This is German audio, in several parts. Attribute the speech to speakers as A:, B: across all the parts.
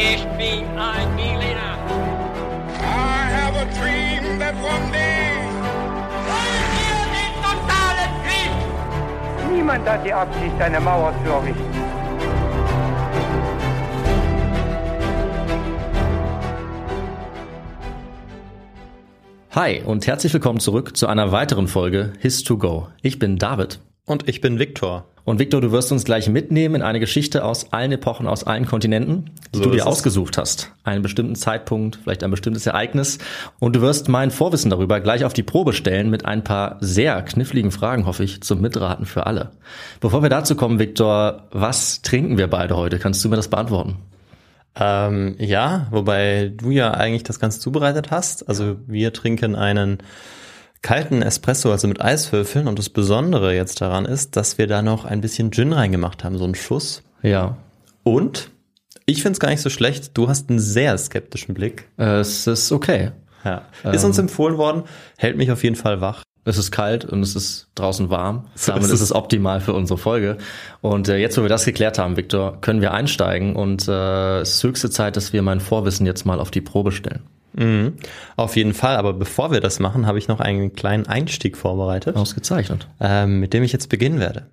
A: Ich bin ein Berliner.
B: I have a dream that one day.
A: Wollen wir den totalen Krieg?
C: Niemand hat die Absicht, eine Mauer zu errichten.
D: Hi und herzlich willkommen zurück zu einer weiteren Folge His2Go. Ich bin David.
E: Und ich bin Viktor.
D: Und Viktor, du wirst uns gleich mitnehmen in eine Geschichte aus allen Epochen, aus allen Kontinenten, die du dir ausgesucht hast. Einen bestimmten Zeitpunkt, vielleicht ein bestimmtes Ereignis. Und du wirst mein Vorwissen darüber gleich auf die Probe stellen mit ein paar sehr kniffligen Fragen, hoffe ich, zum Mitraten für alle. Bevor wir dazu kommen, Viktor, was trinken wir beide heute? Kannst du mir das beantworten?
E: Ja, wobei du ja eigentlich das Ganze zubereitet hast. Also wir trinken einen kalten Espresso, also mit Eiswürfeln. Und das Besondere jetzt daran ist, dass wir da noch ein bisschen Gin reingemacht haben, so einen Schuss.
D: Ja.
E: Und ich finde es gar nicht so schlecht. Du hast einen sehr skeptischen Blick.
D: Es ist okay.
E: Ja. Ist uns empfohlen worden, hält mich auf jeden Fall wach.
D: Es ist kalt und es ist draußen warm. Damit ist es optimal für unsere Folge. Und jetzt, wo wir das geklärt haben, Viktor, können wir einsteigen. Und es ist höchste Zeit, dass wir mein Vorwissen jetzt mal auf die Probe stellen.
E: Mhm. Auf jeden Fall. Aber bevor wir das machen, habe ich noch einen kleinen Einstieg vorbereitet.
D: Ausgezeichnet.
E: Mit dem ich jetzt beginnen werde.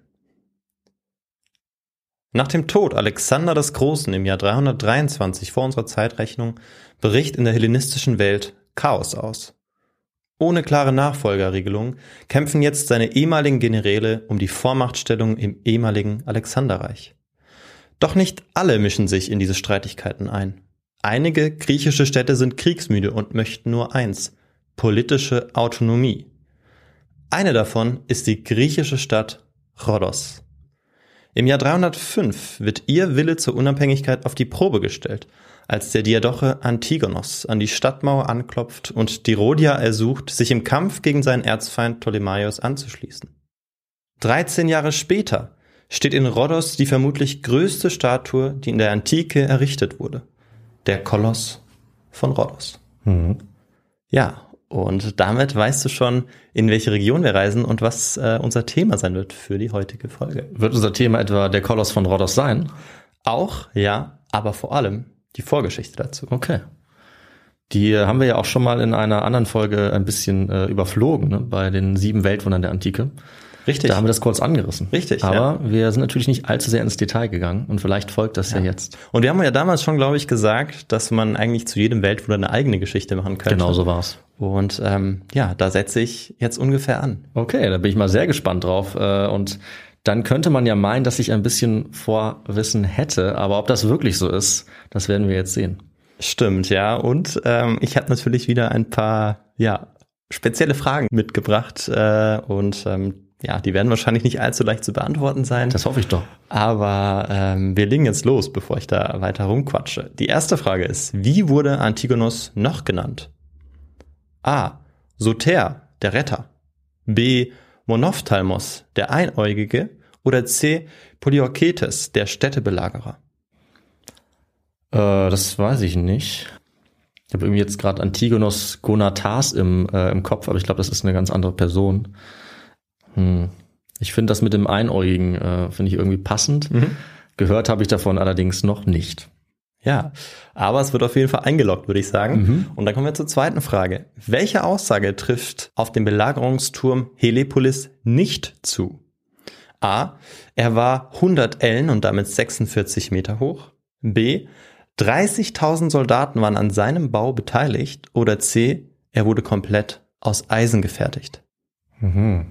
E: Nach dem Tod Alexander des Großen im Jahr 323 vor unserer Zeitrechnung bricht in der hellenistischen Welt Chaos aus. Ohne klare Nachfolgerregelung kämpfen jetzt seine ehemaligen Generäle um die Vormachtstellung im ehemaligen Alexanderreich. Doch nicht alle mischen sich in diese Streitigkeiten ein. Einige griechische Städte sind kriegsmüde und möchten nur eins: politische Autonomie. Eine davon ist die griechische Stadt Rhodos. Im Jahr 305 wird ihr Wille zur Unabhängigkeit auf die Probe gestellt, als der Diadoche Antigonos an die Stadtmauer anklopft und die Rhodier ersucht, sich im Kampf gegen seinen Erzfeind Ptolemaios anzuschließen. 13 Jahre später steht in Rhodos die vermutlich größte Statue, die in der Antike errichtet wurde: der Koloss von Rhodos.
D: Mhm.
E: Ja, und damit weißt du schon, in welche Region wir reisen und was unser Thema sein wird für die heutige Folge.
D: Wird unser Thema etwa der Koloss von Rhodos sein?
E: Auch, ja, aber vor allem die Vorgeschichte dazu.
D: Okay. Die haben wir ja auch schon mal in einer anderen Folge ein bisschen überflogen, ne? Bei den 7 Weltwundern der Antike.
E: Richtig.
D: Da haben wir das kurz angerissen.
E: Richtig,
D: aber
E: ja.
D: wir sind natürlich nicht allzu sehr ins Detail gegangen und vielleicht folgt das ja jetzt.
E: Und wir haben ja damals schon, glaube ich, gesagt, dass man eigentlich zu jedem Weltwunder eine eigene Geschichte machen könnte.
D: Genau so war's.
E: Und ja, da setze ich jetzt ungefähr an.
D: Okay, da bin ich mal sehr gespannt drauf. Und dann könnte man ja meinen, dass ich ein bisschen Vorwissen hätte, aber ob das wirklich so ist, das werden wir jetzt sehen.
E: Stimmt, ja. Und ich habe natürlich wieder ein paar spezielle Fragen mitgebracht und die werden wahrscheinlich nicht allzu leicht zu beantworten sein.
D: Das hoffe ich doch.
E: Aber wir legen jetzt los, bevor ich da weiter rumquatsche. Die erste Frage ist: Wie wurde Antigonos noch genannt? A. Soter, der Retter. B. Monophthalmos, der Einäugige. Oder C. Polyorketes, der Städtebelagerer.
D: Das weiß ich nicht. Ich habe irgendwie jetzt gerade Antigonos Gonatas im Kopf, aber ich glaube, das ist eine ganz andere Person. Ich finde das mit dem Einäugigen finde ich irgendwie passend. Mhm. Gehört habe ich davon allerdings noch nicht.
E: Ja, aber es wird auf jeden Fall eingeloggt, würde ich sagen. Mhm. Und dann kommen wir zur zweiten Frage. Welche Aussage trifft auf den Belagerungsturm Helepolis nicht zu? A. Er war 100 Ellen und damit 46 Meter hoch. B. 30.000 Soldaten waren an seinem Bau beteiligt. Oder C. Er wurde komplett aus Eisen gefertigt.
D: Mhm.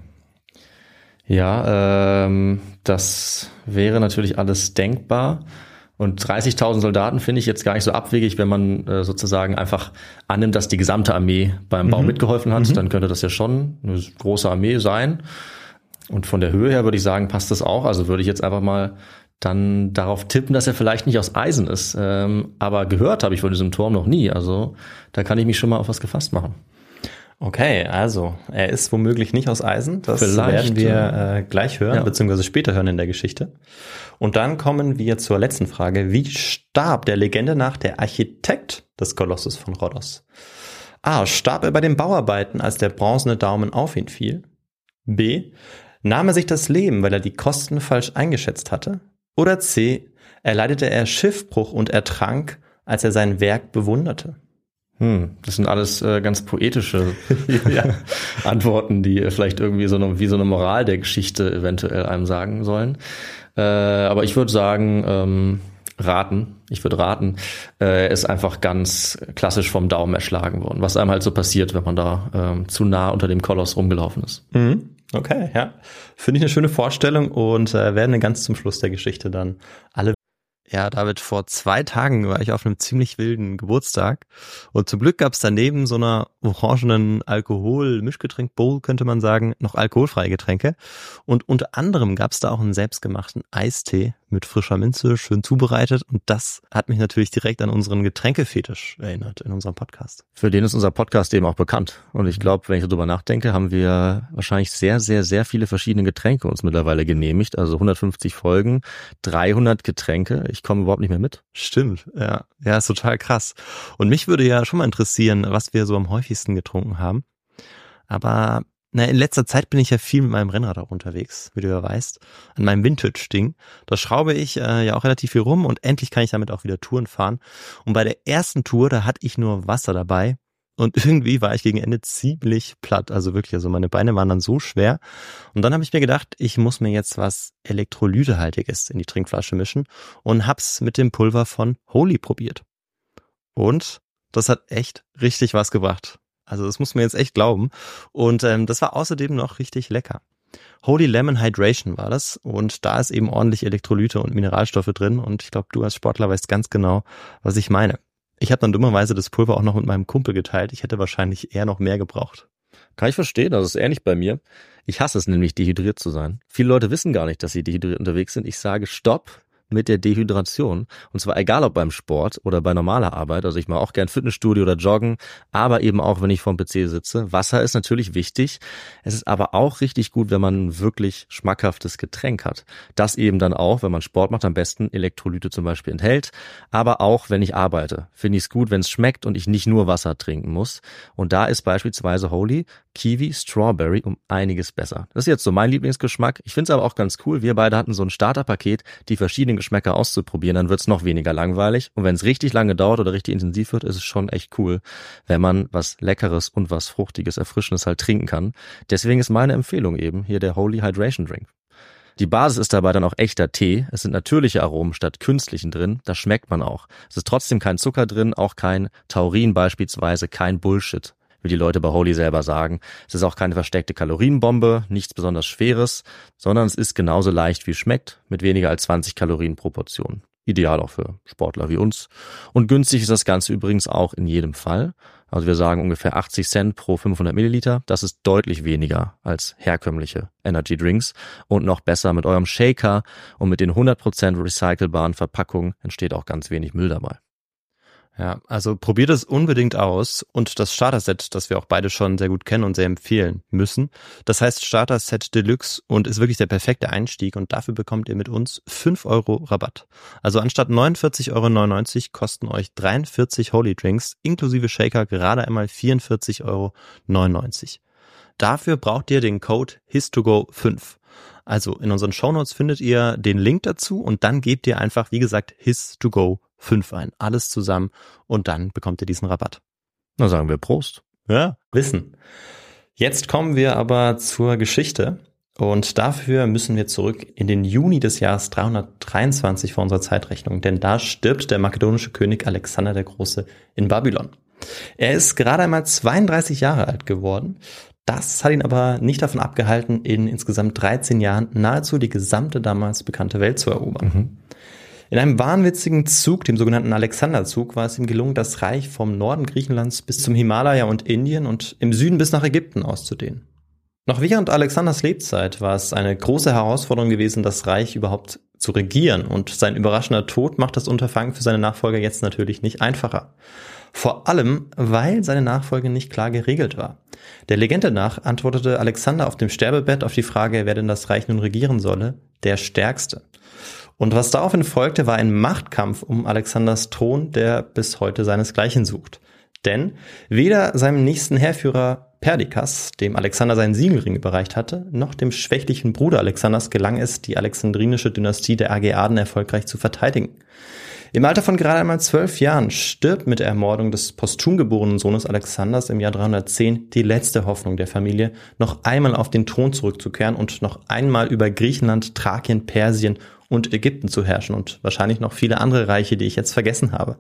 D: Ja, das wäre natürlich alles denkbar. Und 30.000 Soldaten finde ich jetzt gar nicht so abwegig, wenn man sozusagen einfach annimmt, dass die gesamte Armee beim Bau mitgeholfen hat. Dann könnte das ja schon eine große Armee sein. Und von der Höhe her würde ich sagen, passt das auch. Also würde ich jetzt einfach mal dann darauf tippen, dass er vielleicht nicht aus Eisen ist. Aber gehört habe ich von diesem Turm noch nie. Also da kann ich mich schon mal auf was gefasst machen.
E: Okay, also er ist womöglich nicht aus Eisen. Das
D: Vielleicht,
E: werden wir gleich hören, beziehungsweise später hören in der Geschichte. Und dann kommen wir zur letzten Frage. Wie starb der Legende nach der Architekt des Kolosses von Rhodos? A. Starb er bei den Bauarbeiten, als der bronzene Daumen auf ihn fiel? B. Nahm er sich das Leben, weil er die Kosten falsch eingeschätzt hatte? Oder C. Erleidete er Schiffbruch und ertrank, als er sein Werk bewunderte?
D: Das sind alles ganz poetische Antworten, die vielleicht irgendwie wie so eine Moral der Geschichte eventuell einem sagen sollen. Aber ich würde sagen, raten. Ich würde raten, er ist einfach ganz klassisch vom Daumen erschlagen worden, was einem halt so passiert, wenn man da zu nah unter dem Koloss rumgelaufen ist.
E: Okay, ja. Finde ich eine schöne Vorstellung und werden dann ganz zum Schluss der Geschichte dann alle. Ja, David, vor 2 Tagen war ich auf einem ziemlich wilden Geburtstag und zum Glück gab es daneben so einer orangenen Alkohol-Mischgetränk-Bowl, könnte man sagen, noch alkoholfreie Getränke und unter anderem gab es da auch einen selbstgemachten Eistee mit frischer Minze, schön zubereitet und das hat mich natürlich direkt an unseren Getränkefetisch erinnert in unserem Podcast.
D: Für den ist unser Podcast eben auch bekannt und ich glaube, wenn ich darüber nachdenke, haben wir wahrscheinlich sehr, sehr, sehr viele verschiedene Getränke uns mittlerweile genehmigt, also 150 Folgen, 300 Getränke. Ich komme überhaupt nicht mehr mit.
E: Stimmt, ja. Ja, ist total krass. Und mich würde ja schon mal interessieren, was wir so am häufigsten getrunken haben. Aber in letzter Zeit bin ich ja viel mit meinem Rennrad auch unterwegs, wie du ja weißt, an meinem Vintage-Ding. Da schraube ich ja auch relativ viel rum und endlich kann ich damit auch wieder Touren fahren. Und bei der ersten Tour, da hatte ich nur Wasser dabei. Und irgendwie war ich gegen Ende ziemlich platt, also wirklich, also meine Beine waren dann so schwer. Und dann habe ich mir gedacht, ich muss mir jetzt was Elektrolytehaltiges in die Trinkflasche mischen und hab's mit dem Pulver von Holy probiert. Und das hat echt richtig was gebracht. Also das muss man jetzt echt glauben. Und das war außerdem noch richtig lecker. Holy Lemon Hydration war das und da ist eben ordentlich Elektrolyte und Mineralstoffe drin und ich glaube, du als Sportler weißt ganz genau, was ich meine. Ich habe dann dummerweise das Pulver auch noch mit meinem Kumpel geteilt. Ich hätte wahrscheinlich eher noch mehr gebraucht.
D: Kann ich verstehen, das ist ähnlich bei mir. Ich hasse es nämlich, dehydriert zu sein. Viele Leute wissen gar nicht, dass sie dehydriert unterwegs sind. Ich sage Stopp mit der Dehydration. Und zwar egal ob beim Sport oder bei normaler Arbeit. Also ich mache auch gern Fitnessstudio oder Joggen, aber eben auch, wenn ich vorm PC sitze. Wasser ist natürlich wichtig. Es ist aber auch richtig gut, wenn man ein wirklich schmackhaftes Getränk hat. Das eben dann auch, wenn man Sport macht, am besten Elektrolyte zum Beispiel enthält. Aber auch, wenn ich arbeite, finde ich es gut, wenn es schmeckt und ich nicht nur Wasser trinken muss. Und da ist beispielsweise Holy Kiwi Strawberry um einiges besser. Das ist jetzt so mein Lieblingsgeschmack. Ich finde es aber auch ganz cool. Wir beide hatten so ein Starterpaket, die verschiedenen Geschmäcker auszuprobieren, dann wird es noch weniger langweilig. Und wenn es richtig lange dauert oder richtig intensiv wird, ist es schon echt cool, wenn man was Leckeres und was Fruchtiges, Erfrischendes halt trinken kann. Deswegen ist meine Empfehlung eben hier der Holy Hydration Drink. Die Basis ist dabei dann auch echter Tee. Es sind natürliche Aromen statt künstlichen drin. Das schmeckt man auch. Es ist trotzdem kein Zucker drin, auch kein Taurin beispielsweise, kein Bullshit, wie die Leute bei Holy selber sagen. Es ist auch keine versteckte Kalorienbombe, nichts besonders Schweres, sondern es ist genauso leicht wie es schmeckt, mit weniger als 20 Kalorien pro Portion. Ideal auch für Sportler wie uns. Und günstig ist das Ganze übrigens auch in jedem Fall. Also wir sagen ungefähr 80 Cent pro 500 Milliliter. Das ist deutlich weniger als herkömmliche Energy Drinks. Und noch besser mit eurem Shaker und mit den 100% recycelbaren Verpackungen entsteht auch ganz wenig Müll dabei.
E: Ja, also probiert es unbedingt aus und das Starter-Set, das wir auch beide schon sehr gut kennen und sehr empfehlen müssen, das heißt Starter-Set Deluxe und ist wirklich der perfekte Einstieg und dafür bekommt ihr mit uns 5 € Rabatt. Also anstatt 49,99 € kosten euch 43 Holy Drinks inklusive Shaker gerade einmal 44,99 €. Dafür braucht ihr den Code HIS2GO5. Also in unseren Shownotes findet ihr den Link dazu und dann gebt ihr einfach, wie gesagt, HIS2GO5 ein. Alles zusammen und dann bekommt ihr diesen Rabatt.
D: Na, sagen wir Prost.
E: Ja, Wissen. Jetzt kommen wir aber zur Geschichte und dafür müssen wir zurück in den Juni des Jahres 323 vor unserer Zeitrechnung, denn da stirbt der makedonische König Alexander der Große in Babylon. Er ist gerade einmal 32 Jahre alt geworden. Das hat ihn aber nicht davon abgehalten, in insgesamt 13 Jahren nahezu die gesamte damals bekannte Welt zu erobern. In einem wahnwitzigen Zug, dem sogenannten Alexanderzug, war es ihm gelungen, das Reich vom Norden Griechenlands bis zum Himalaya und Indien und im Süden bis nach Ägypten auszudehnen. Noch während Alexanders Lebzeit war es eine große Herausforderung gewesen, das Reich überhaupt zu regieren und sein überraschender Tod macht das Unterfangen für seine Nachfolger jetzt natürlich nicht einfacher. Vor allem, weil seine Nachfolge nicht klar geregelt war. Der Legende nach antwortete Alexander auf dem Sterbebett auf die Frage, wer denn das Reich nun regieren solle, der Stärkste. Und was daraufhin folgte, war ein Machtkampf um Alexanders Thron, der bis heute seinesgleichen sucht. Denn weder seinem nächsten Heerführer Perdikas, dem Alexander seinen Siegelring überreicht hatte, noch dem schwächlichen Bruder Alexanders gelang es, die alexandrinische Dynastie der Argeaden erfolgreich zu verteidigen. Im Alter von gerade einmal 12 Jahren stirbt mit der Ermordung des posthum geborenen Sohnes Alexanders im Jahr 310 die letzte Hoffnung der Familie, noch einmal auf den Thron zurückzukehren und noch einmal über Griechenland, Thrakien, Persien und Ägypten zu herrschen und wahrscheinlich noch viele andere Reiche, die ich jetzt vergessen habe.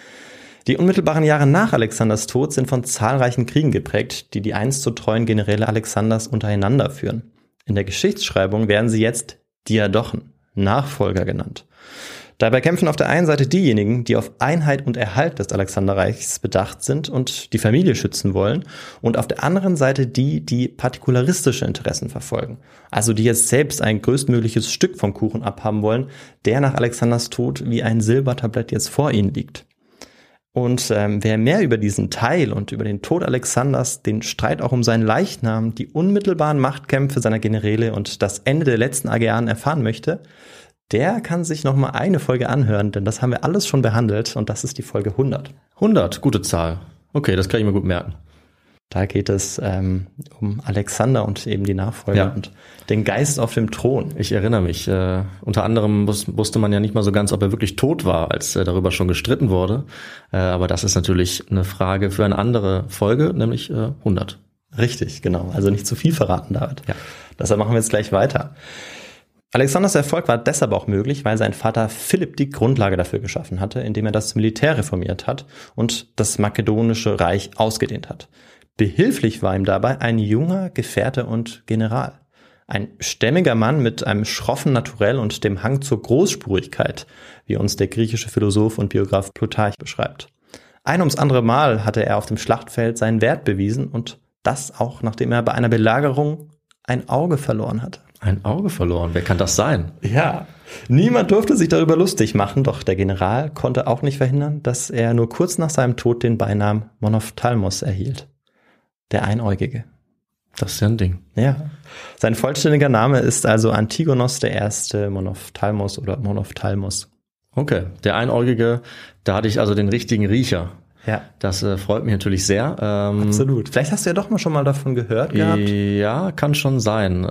E: Die unmittelbaren Jahre nach Alexanders Tod sind von zahlreichen Kriegen geprägt, die die einst so treuen Generäle Alexanders untereinander führen. In der Geschichtsschreibung werden sie jetzt Diadochen, Nachfolger genannt. Dabei kämpfen auf der einen Seite diejenigen, die auf Einheit und Erhalt des Alexanderreichs bedacht sind und die Familie schützen wollen, und auf der anderen Seite die, die partikularistische Interessen verfolgen, also die jetzt selbst ein größtmögliches Stück vom Kuchen abhaben wollen, der nach Alexanders Tod wie ein Silbertablett jetzt vor ihnen liegt. Und wer mehr über diesen Teil und über den Tod Alexanders, den Streit auch um seinen Leichnam, die unmittelbaren Machtkämpfe seiner Generäle und das Ende der letzten Aeganen erfahren möchte, der kann sich noch mal eine Folge anhören, denn das haben wir alles schon behandelt und das ist die Folge 100.
D: 100, gute Zahl. Okay, das kann ich mir gut merken.
E: Da geht es um Alexander und eben die Nachfolger und den Geist auf dem Thron.
D: Ich erinnere mich. Unter anderem wusste man ja nicht mal so ganz, ob er wirklich tot war, als darüber schon gestritten wurde. Aber das ist natürlich eine Frage für eine andere Folge, nämlich 100.
E: Richtig, genau. Also nicht zu viel verraten, David.
D: Ja.
E: Deshalb machen wir jetzt gleich weiter. Alexanders Erfolg war deshalb auch möglich, weil sein Vater Philipp die Grundlage dafür geschaffen hatte, indem er das Militär reformiert hat und das makedonische Reich ausgedehnt hat. Behilflich war ihm dabei ein junger Gefährte und General. Ein stämmiger Mann mit einem schroffen Naturell und dem Hang zur Großspurigkeit, wie uns der griechische Philosoph und Biograf Plutarch beschreibt. Ein ums andere Mal hatte er auf dem Schlachtfeld seinen Wert bewiesen und das auch, nachdem er bei einer Belagerung ein Auge verloren hatte.
D: Ein Auge verloren, wer kann das sein?
E: Ja, niemand durfte sich darüber lustig machen, doch der General konnte auch nicht verhindern, dass er nur kurz nach seinem Tod den Beinamen Monophthalmos erhielt. Der Einäugige.
D: Das ist ja ein Ding.
E: Ja. Sein vollständiger Name ist also Antigonos I. Monophthalmos oder Monophthalmos.
D: Okay, der Einäugige, da hatte ich also den richtigen Riecher.
E: Ja.
D: Das freut mich natürlich sehr.
E: Absolut. Vielleicht hast du ja doch mal schon mal davon gehört gehabt.
D: Ja, kann schon sein.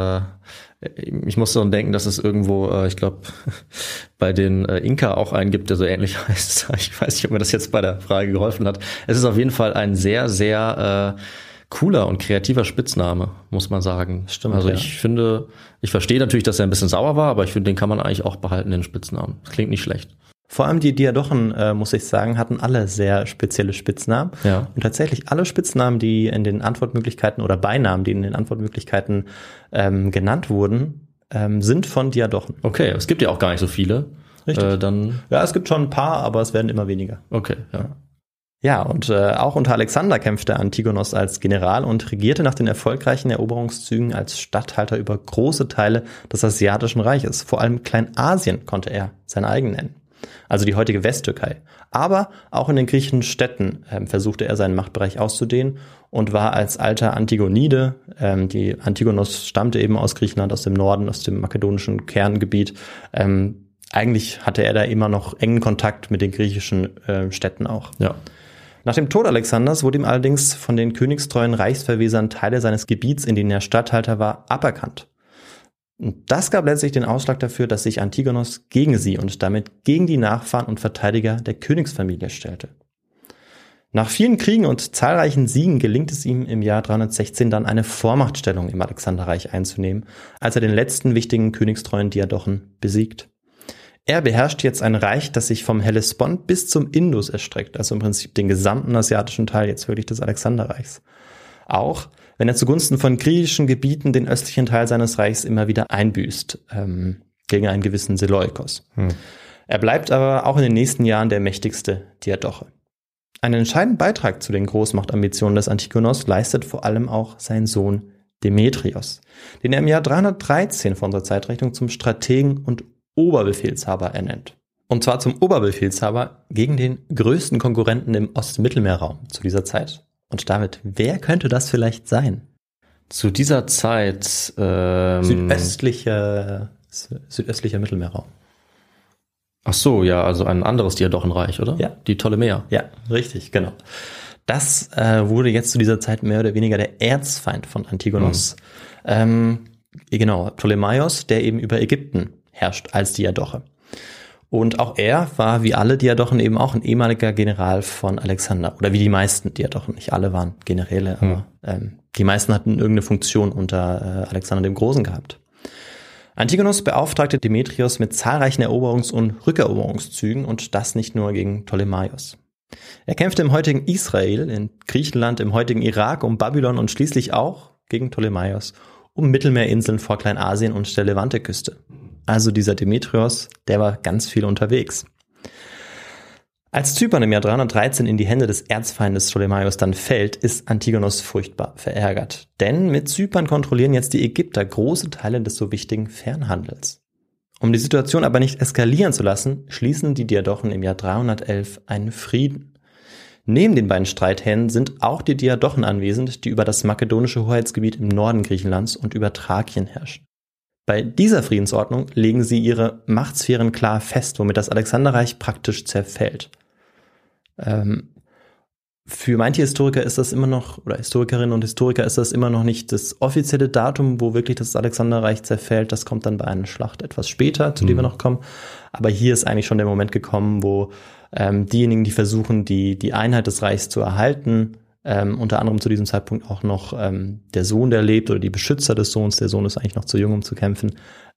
D: Ich muss so denken, dass es irgendwo, ich glaube, bei den Inka auch einen gibt, der so ähnlich heißt. Ich weiß nicht, ob mir das jetzt bei der Frage geholfen hat. Es ist auf jeden Fall ein sehr, sehr cooler und kreativer Spitzname, muss man sagen.
E: Stimmt.
D: Also
E: ja.
D: ich finde, ich verstehe natürlich, dass er ein bisschen sauer war, aber ich finde, den kann man eigentlich auch behalten, den Spitznamen. Das klingt nicht schlecht.
E: Vor allem die Diadochen, muss ich sagen, hatten alle sehr spezielle Spitznamen.
D: Ja.
E: Und tatsächlich alle Spitznamen, die in den Antwortmöglichkeiten oder Beinamen, die in den Antwortmöglichkeiten genannt wurden, sind von Diadochen.
D: Okay, es gibt ja auch gar nicht so viele.
E: Richtig.
D: Dann
E: Ja, es gibt schon ein paar, aber es werden immer weniger.
D: okay, ja.
E: Ja, und auch unter Alexander kämpfte Antigonos als General und regierte nach den erfolgreichen Eroberungszügen als Statthalter über große Teile des Asiatischen Reiches. Vor allem Kleinasien konnte er sein eigen nennen. Also die heutige Westtürkei. Aber auch in den griechischen Städten versuchte er seinen Machtbereich auszudehnen und war als alter Antigonide, die Antigonos stammte eben aus Griechenland, aus dem Norden, aus dem makedonischen Kerngebiet. Eigentlich hatte er da immer noch engen Kontakt mit den griechischen Städten auch.
D: Ja.
E: Nach dem Tod Alexanders wurde ihm allerdings von den königstreuen Reichsverwesern Teile seines Gebiets, in denen er Statthalter war, aberkannt. Und das gab letztlich den Ausschlag dafür, dass sich Antigonos gegen sie und damit gegen die Nachfahren und Verteidiger der Königsfamilie stellte. Nach vielen Kriegen und zahlreichen Siegen gelingt es ihm im Jahr 316 dann eine Vormachtstellung im Alexanderreich einzunehmen, als er den letzten wichtigen königstreuen Diadochen besiegt. Er beherrscht jetzt ein Reich, das sich vom Hellespont bis zum Indus erstreckt, also im Prinzip den gesamten asiatischen Teil jetzt wirklich des Alexanderreichs. Auch wenn er zugunsten von griechischen Gebieten den östlichen Teil seines Reichs immer wieder einbüßt, gegen einen gewissen Seleukos. Er bleibt aber auch in den nächsten Jahren der mächtigste Diadoche. Einen entscheidenden Beitrag zu den Großmachtambitionen des Antigonos leistet vor allem auch sein Sohn Demetrios, den er im Jahr 313 vor unserer Zeitrechnung zum Strategen und Oberbefehlshaber ernennt. Und zwar zum Oberbefehlshaber gegen den größten Konkurrenten im Ostmittelmeerraum zu dieser Zeit. Und damit, wer könnte das vielleicht sein?
D: Zu dieser Zeit
E: Südöstlicher Mittelmeerraum.
D: Ach so, ja, also ein anderes Diadochenreich, oder?
E: Ja.
D: Die Ptolemäer.
E: Ja, richtig, genau. Das wurde jetzt zu dieser Zeit mehr oder weniger der Erzfeind von Antigonos. Genau, Ptolemaios, der eben über Ägypten herrscht als Diadoche. Und auch er war, wie alle Diadochen, eben auch ein ehemaliger General von Alexander. Oder wie die meisten Diadochen. Nicht alle waren Generäle, aber die meisten hatten irgendeine Funktion unter Alexander dem Großen gehabt. Antigonos beauftragte Demetrios mit zahlreichen Eroberungs- und Rückeroberungszügen und das nicht nur gegen Ptolemaios. Er kämpfte im heutigen Israel, in Griechenland, im heutigen Irak, um Babylon und schließlich auch gegen Ptolemaios, um Mittelmeerinseln vor Kleinasien und der Levante-Küste. Also dieser Demetrios, der war ganz viel unterwegs. Als Zypern im Jahr 313 in die Hände des Erzfeindes Ptolemaios dann fällt, ist Antigonos furchtbar verärgert. Denn mit Zypern kontrollieren jetzt die Ägypter große Teile des so wichtigen Fernhandels. Um die Situation aber nicht eskalieren zu lassen, schließen die Diadochen im Jahr 311 einen Frieden. Neben den beiden Streithähnen sind auch die Diadochen anwesend, die über das makedonische Hoheitsgebiet im Norden Griechenlands und über Thrakien herrschen. Bei dieser Friedensordnung legen sie ihre Machtsphären klar fest, womit das Alexanderreich praktisch zerfällt. Für manche Historiker ist das immer noch, oder Historikerinnen und Historiker ist das immer noch nicht das offizielle Datum, wo wirklich das Alexanderreich zerfällt. Das kommt dann bei einer Schlacht etwas später, zu dem wir noch kommen. Aber hier ist eigentlich schon der Moment gekommen, wo diejenigen, die versuchen, die Einheit des Reichs zu erhalten, unter anderem zu diesem Zeitpunkt auch noch der Sohn, der lebt, oder die Beschützer des Sohns, der Sohn ist eigentlich noch zu jung, um zu kämpfen,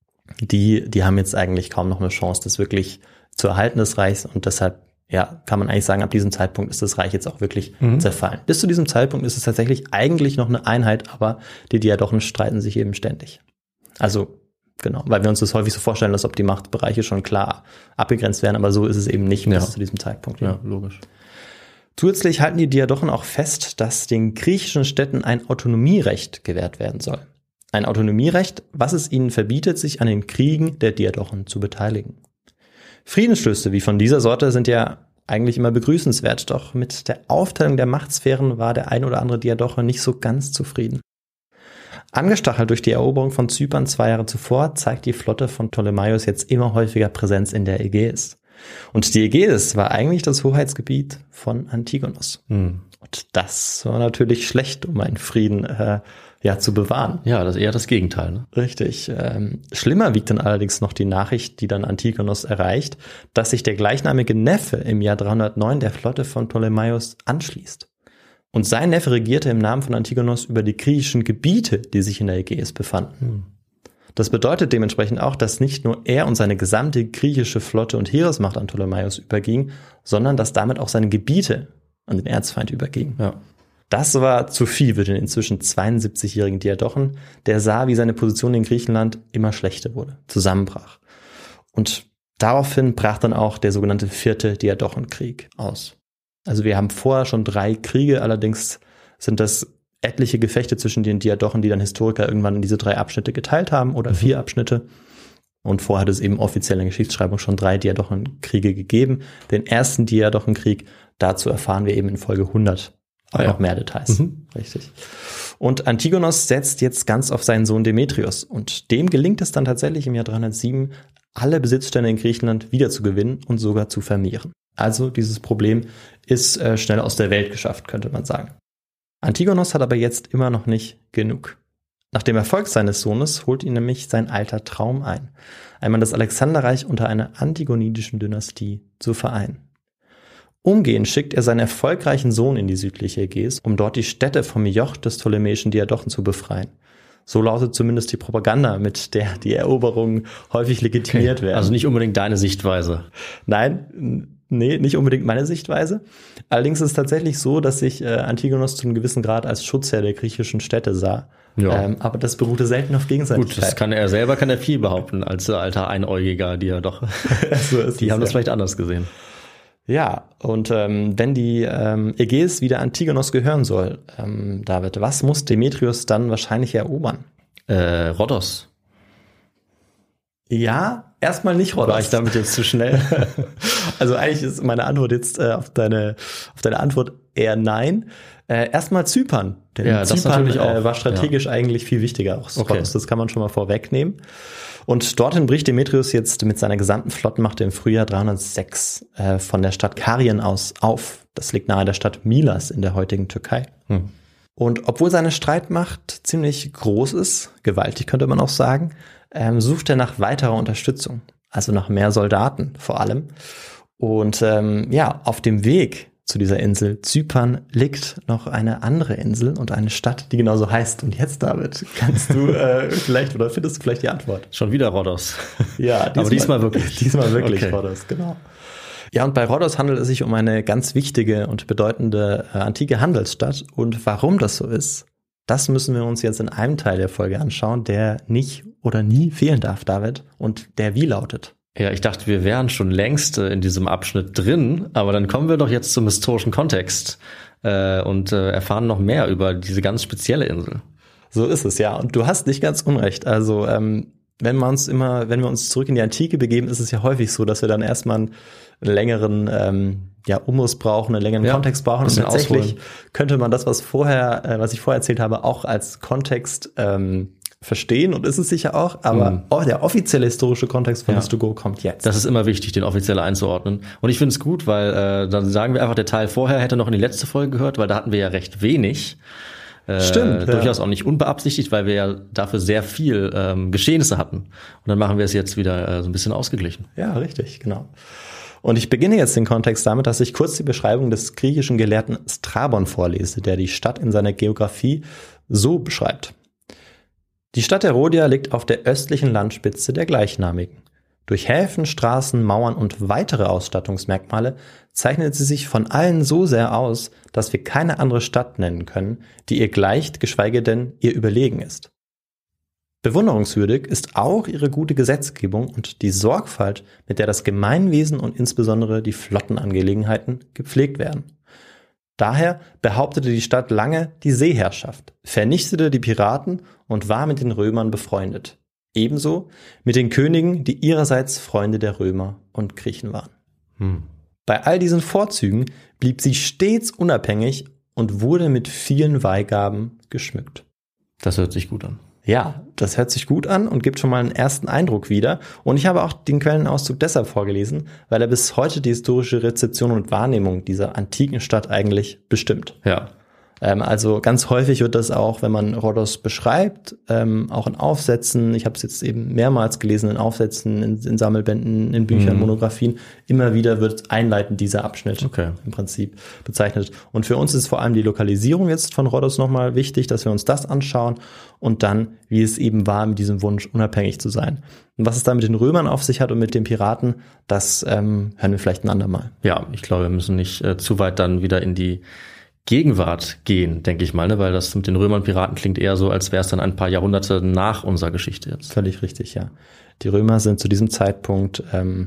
E: die haben jetzt eigentlich kaum noch eine Chance, das wirklich zu erhalten des Reichs, und deshalb kann man eigentlich sagen, ab diesem Zeitpunkt ist das Reich jetzt auch wirklich zerfallen. Bis zu diesem Zeitpunkt ist es tatsächlich eigentlich noch eine Einheit, aber die Diadochen streiten sich eben ständig. Also genau, weil wir uns das häufig so vorstellen, als ob die Machtbereiche schon klar abgegrenzt wären, aber so ist es eben nicht bis zu diesem Zeitpunkt.
D: Ja, logisch.
E: Zusätzlich halten die Diadochen auch fest, dass den griechischen Städten ein Autonomierecht gewährt werden soll. Ein Autonomierecht, was es ihnen verbietet, sich an den Kriegen der Diadochen zu beteiligen. Friedensschlüsse wie von dieser Sorte sind ja eigentlich immer begrüßenswert, doch mit der Aufteilung der Machtsphären war der ein oder andere Diadoche nicht so ganz zufrieden. Angestachelt durch die Eroberung von Zypern 2 Jahre zuvor, zeigt die Flotte von Ptolemaios jetzt immer häufiger Präsenz in der Ägäis. Und die Ägäis war eigentlich das Hoheitsgebiet von Antigonos. Und das war natürlich schlecht, um einen Frieden zu bewahren.
D: Ja, das ist eher das Gegenteil. Ne?
E: Richtig. Schlimmer wiegt dann allerdings noch die Nachricht, die dann Antigonos erreicht, dass sich der gleichnamige Neffe im Jahr 309 der Flotte von Ptolemaios anschließt. Und sein Neffe regierte im Namen von Antigonos über die griechischen Gebiete, die sich in der Ägäis befanden. Das bedeutet dementsprechend auch, dass nicht nur er und seine gesamte griechische Flotte und Heeresmacht an Ptolemaios überging, sondern dass damit auch seine Gebiete an den Erzfeind übergingen. Ja. Das war zu viel für den inzwischen 72-jährigen Diadochen, der sah, wie seine Position in Griechenland immer schlechter wurde, zusammenbrach. Und daraufhin brach dann auch der sogenannte 4. Diadochenkrieg aus. Also wir haben vorher schon 3 Kriege, allerdings sind das etliche Gefechte zwischen den Diadochen, die dann Historiker irgendwann in diese 3 Abschnitte geteilt haben oder 4 Abschnitte. Und vorher hat es eben offiziell in der Geschichtsschreibung schon 3 Diadochenkriege gegeben. Den ersten Diadochenkrieg, dazu erfahren wir eben in Folge 100 auch noch mehr Details. Richtig. Und Antigonos setzt jetzt ganz auf seinen Sohn Demetrios. Und dem gelingt es dann tatsächlich im Jahr 307, alle Besitzstände in Griechenland wiederzugewinnen und sogar zu vermehren. Also dieses Problem ist schnell aus der Welt geschafft, könnte man sagen. Antigonos hat aber jetzt immer noch nicht genug. Nach dem Erfolg seines Sohnes holt ihn nämlich sein alter Traum ein, einmal das Alexanderreich unter einer antigonidischen Dynastie zu vereinen. Umgehend schickt er seinen erfolgreichen Sohn in die südliche Ägäis, um dort die Städte vom Joch des ptolemäischen Diadochen zu befreien. So lautet zumindest die Propaganda, mit der die Eroberungen häufig legitimiert werden.
D: Also nicht unbedingt deine Sichtweise.
E: Nein, nicht unbedingt meine Sichtweise. Allerdings ist es tatsächlich so, dass sich Antigonos zu einem gewissen Grad als Schutzherr der griechischen Städte sah. Ja. Aber das beruhte selten auf Gegenseitigkeit.
D: Gut, das kann er viel behaupten, als alter Einäugiger Diadoche.
E: So
D: die haben das vielleicht anders gesehen.
E: Ja, und wenn die Ägäis wieder Antigonos gehören soll, David, was muss Demetrios dann wahrscheinlich erobern?
D: Rhodos.
E: Ja, erstmal nicht Rhodos.
D: War ich damit jetzt zu schnell?
E: Also eigentlich ist meine Antwort jetzt auf deine Antwort eher nein. Erstmal Zypern. Denn
D: ja, das
E: Zypern
D: natürlich auch.
E: War strategisch eigentlich viel wichtiger als Rhodos. Das kann man schon mal vorwegnehmen. Und dorthin bricht Demetrios jetzt mit seiner gesamten Flottenmacht im Frühjahr 306 von der Stadt Karien aus auf. Das liegt nahe der Stadt Milas in der heutigen Türkei. Und obwohl seine Streitmacht ziemlich groß ist, gewaltig könnte man auch sagen, sucht er nach weiterer Unterstützung. also nach mehr Soldaten vor allem. Und auf dem Weg zu dieser Insel Zypern liegt noch eine andere Insel und eine Stadt, die genauso heißt. Und jetzt, David, kannst du findest du vielleicht die Antwort?
D: Schon wieder Rhodos.
E: Ja,
D: diesmal wirklich.
E: Diesmal wirklich
D: okay.
E: Rhodos, genau. Ja, und bei Rhodos handelt es sich um eine ganz wichtige und bedeutende antike Handelsstadt. Und warum das so ist, das müssen wir uns jetzt in einem Teil der Folge anschauen, der nicht oder nie fehlen darf, David. Und der wie lautet?
D: Ja, ich dachte, wir wären schon längst in diesem Abschnitt drin, aber dann kommen wir doch jetzt zum historischen Kontext und erfahren noch mehr über diese ganz spezielle Insel.
E: So ist es, ja. Und du hast nicht ganz unrecht. Also wenn wir uns zurück in die Antike begeben, ist es ja häufig so, dass wir dann erstmal einen längeren Umriss brauchen, einen längeren Kontext brauchen. Und tatsächlich könnte man das, was ich vorher erzählt habe, auch als Kontext verstehen und ist es sicher auch, aber der offizielle historische Kontext von His2Go kommt jetzt.
D: Das ist immer wichtig, den offiziell einzuordnen. Und ich finde es gut, weil dann sagen wir einfach, der Teil vorher hätte noch in die letzte Folge gehört, weil da hatten wir ja recht wenig.
E: Stimmt.
D: Durchaus auch nicht unbeabsichtigt, weil wir ja dafür sehr viel Geschehnisse hatten. Und dann machen wir es jetzt wieder so ein bisschen ausgeglichen.
E: Ja, richtig, genau. Und ich beginne jetzt den Kontext damit, dass ich kurz die Beschreibung des griechischen Gelehrten Strabon vorlese, der die Stadt in seiner Geografie so beschreibt. Die Stadt Herodia liegt auf der östlichen Landspitze der gleichnamigen. Durch Häfen, Straßen, Mauern und weitere Ausstattungsmerkmale zeichnet sie sich von allen so sehr aus, dass wir keine andere Stadt nennen können, die ihr gleicht, geschweige denn ihr überlegen ist. Bewunderungswürdig ist auch ihre gute Gesetzgebung und die Sorgfalt, mit der das Gemeinwesen und insbesondere die Flottenangelegenheiten gepflegt werden. Daher behauptete die Stadt lange die Seeherrschaft, vernichtete die Piraten und war mit den Römern befreundet. Ebenso mit den Königen, die ihrerseits Freunde der Römer und Griechen waren. Bei all diesen Vorzügen blieb sie stets unabhängig und wurde mit vielen Weihgaben geschmückt.
D: Das hört sich gut an.
E: Ja, das hört sich gut an und gibt schon mal einen ersten Eindruck wieder. Und ich habe auch den Quellenauszug deshalb vorgelesen, weil er bis heute die historische Rezeption und Wahrnehmung dieser antiken Stadt eigentlich bestimmt.
D: Ja.
E: Also ganz häufig wird das auch, wenn man Rhodos beschreibt, auch in Aufsätzen, ich habe es jetzt eben mehrmals gelesen, in Aufsätzen, in Sammelbänden, in Büchern, Monographien, immer wieder wird einleitend dieser Abschnitt im Prinzip bezeichnet. Und für uns ist vor allem die Lokalisierung jetzt von Rhodos nochmal wichtig, dass wir uns das anschauen und dann, wie es eben war, mit diesem Wunsch unabhängig zu sein. Und was es da mit den Römern auf sich hat und mit den Piraten, das hören wir vielleicht ein andermal.
D: Ja, ich glaube, wir müssen nicht zu weit dann wieder in die Gegenwart gehen, denke ich mal, ne? Weil das mit den Römern und Piraten klingt eher so, als wäre es dann ein paar Jahrhunderte nach unserer Geschichte jetzt.
E: Völlig richtig, ja. Die Römer sind zu diesem Zeitpunkt,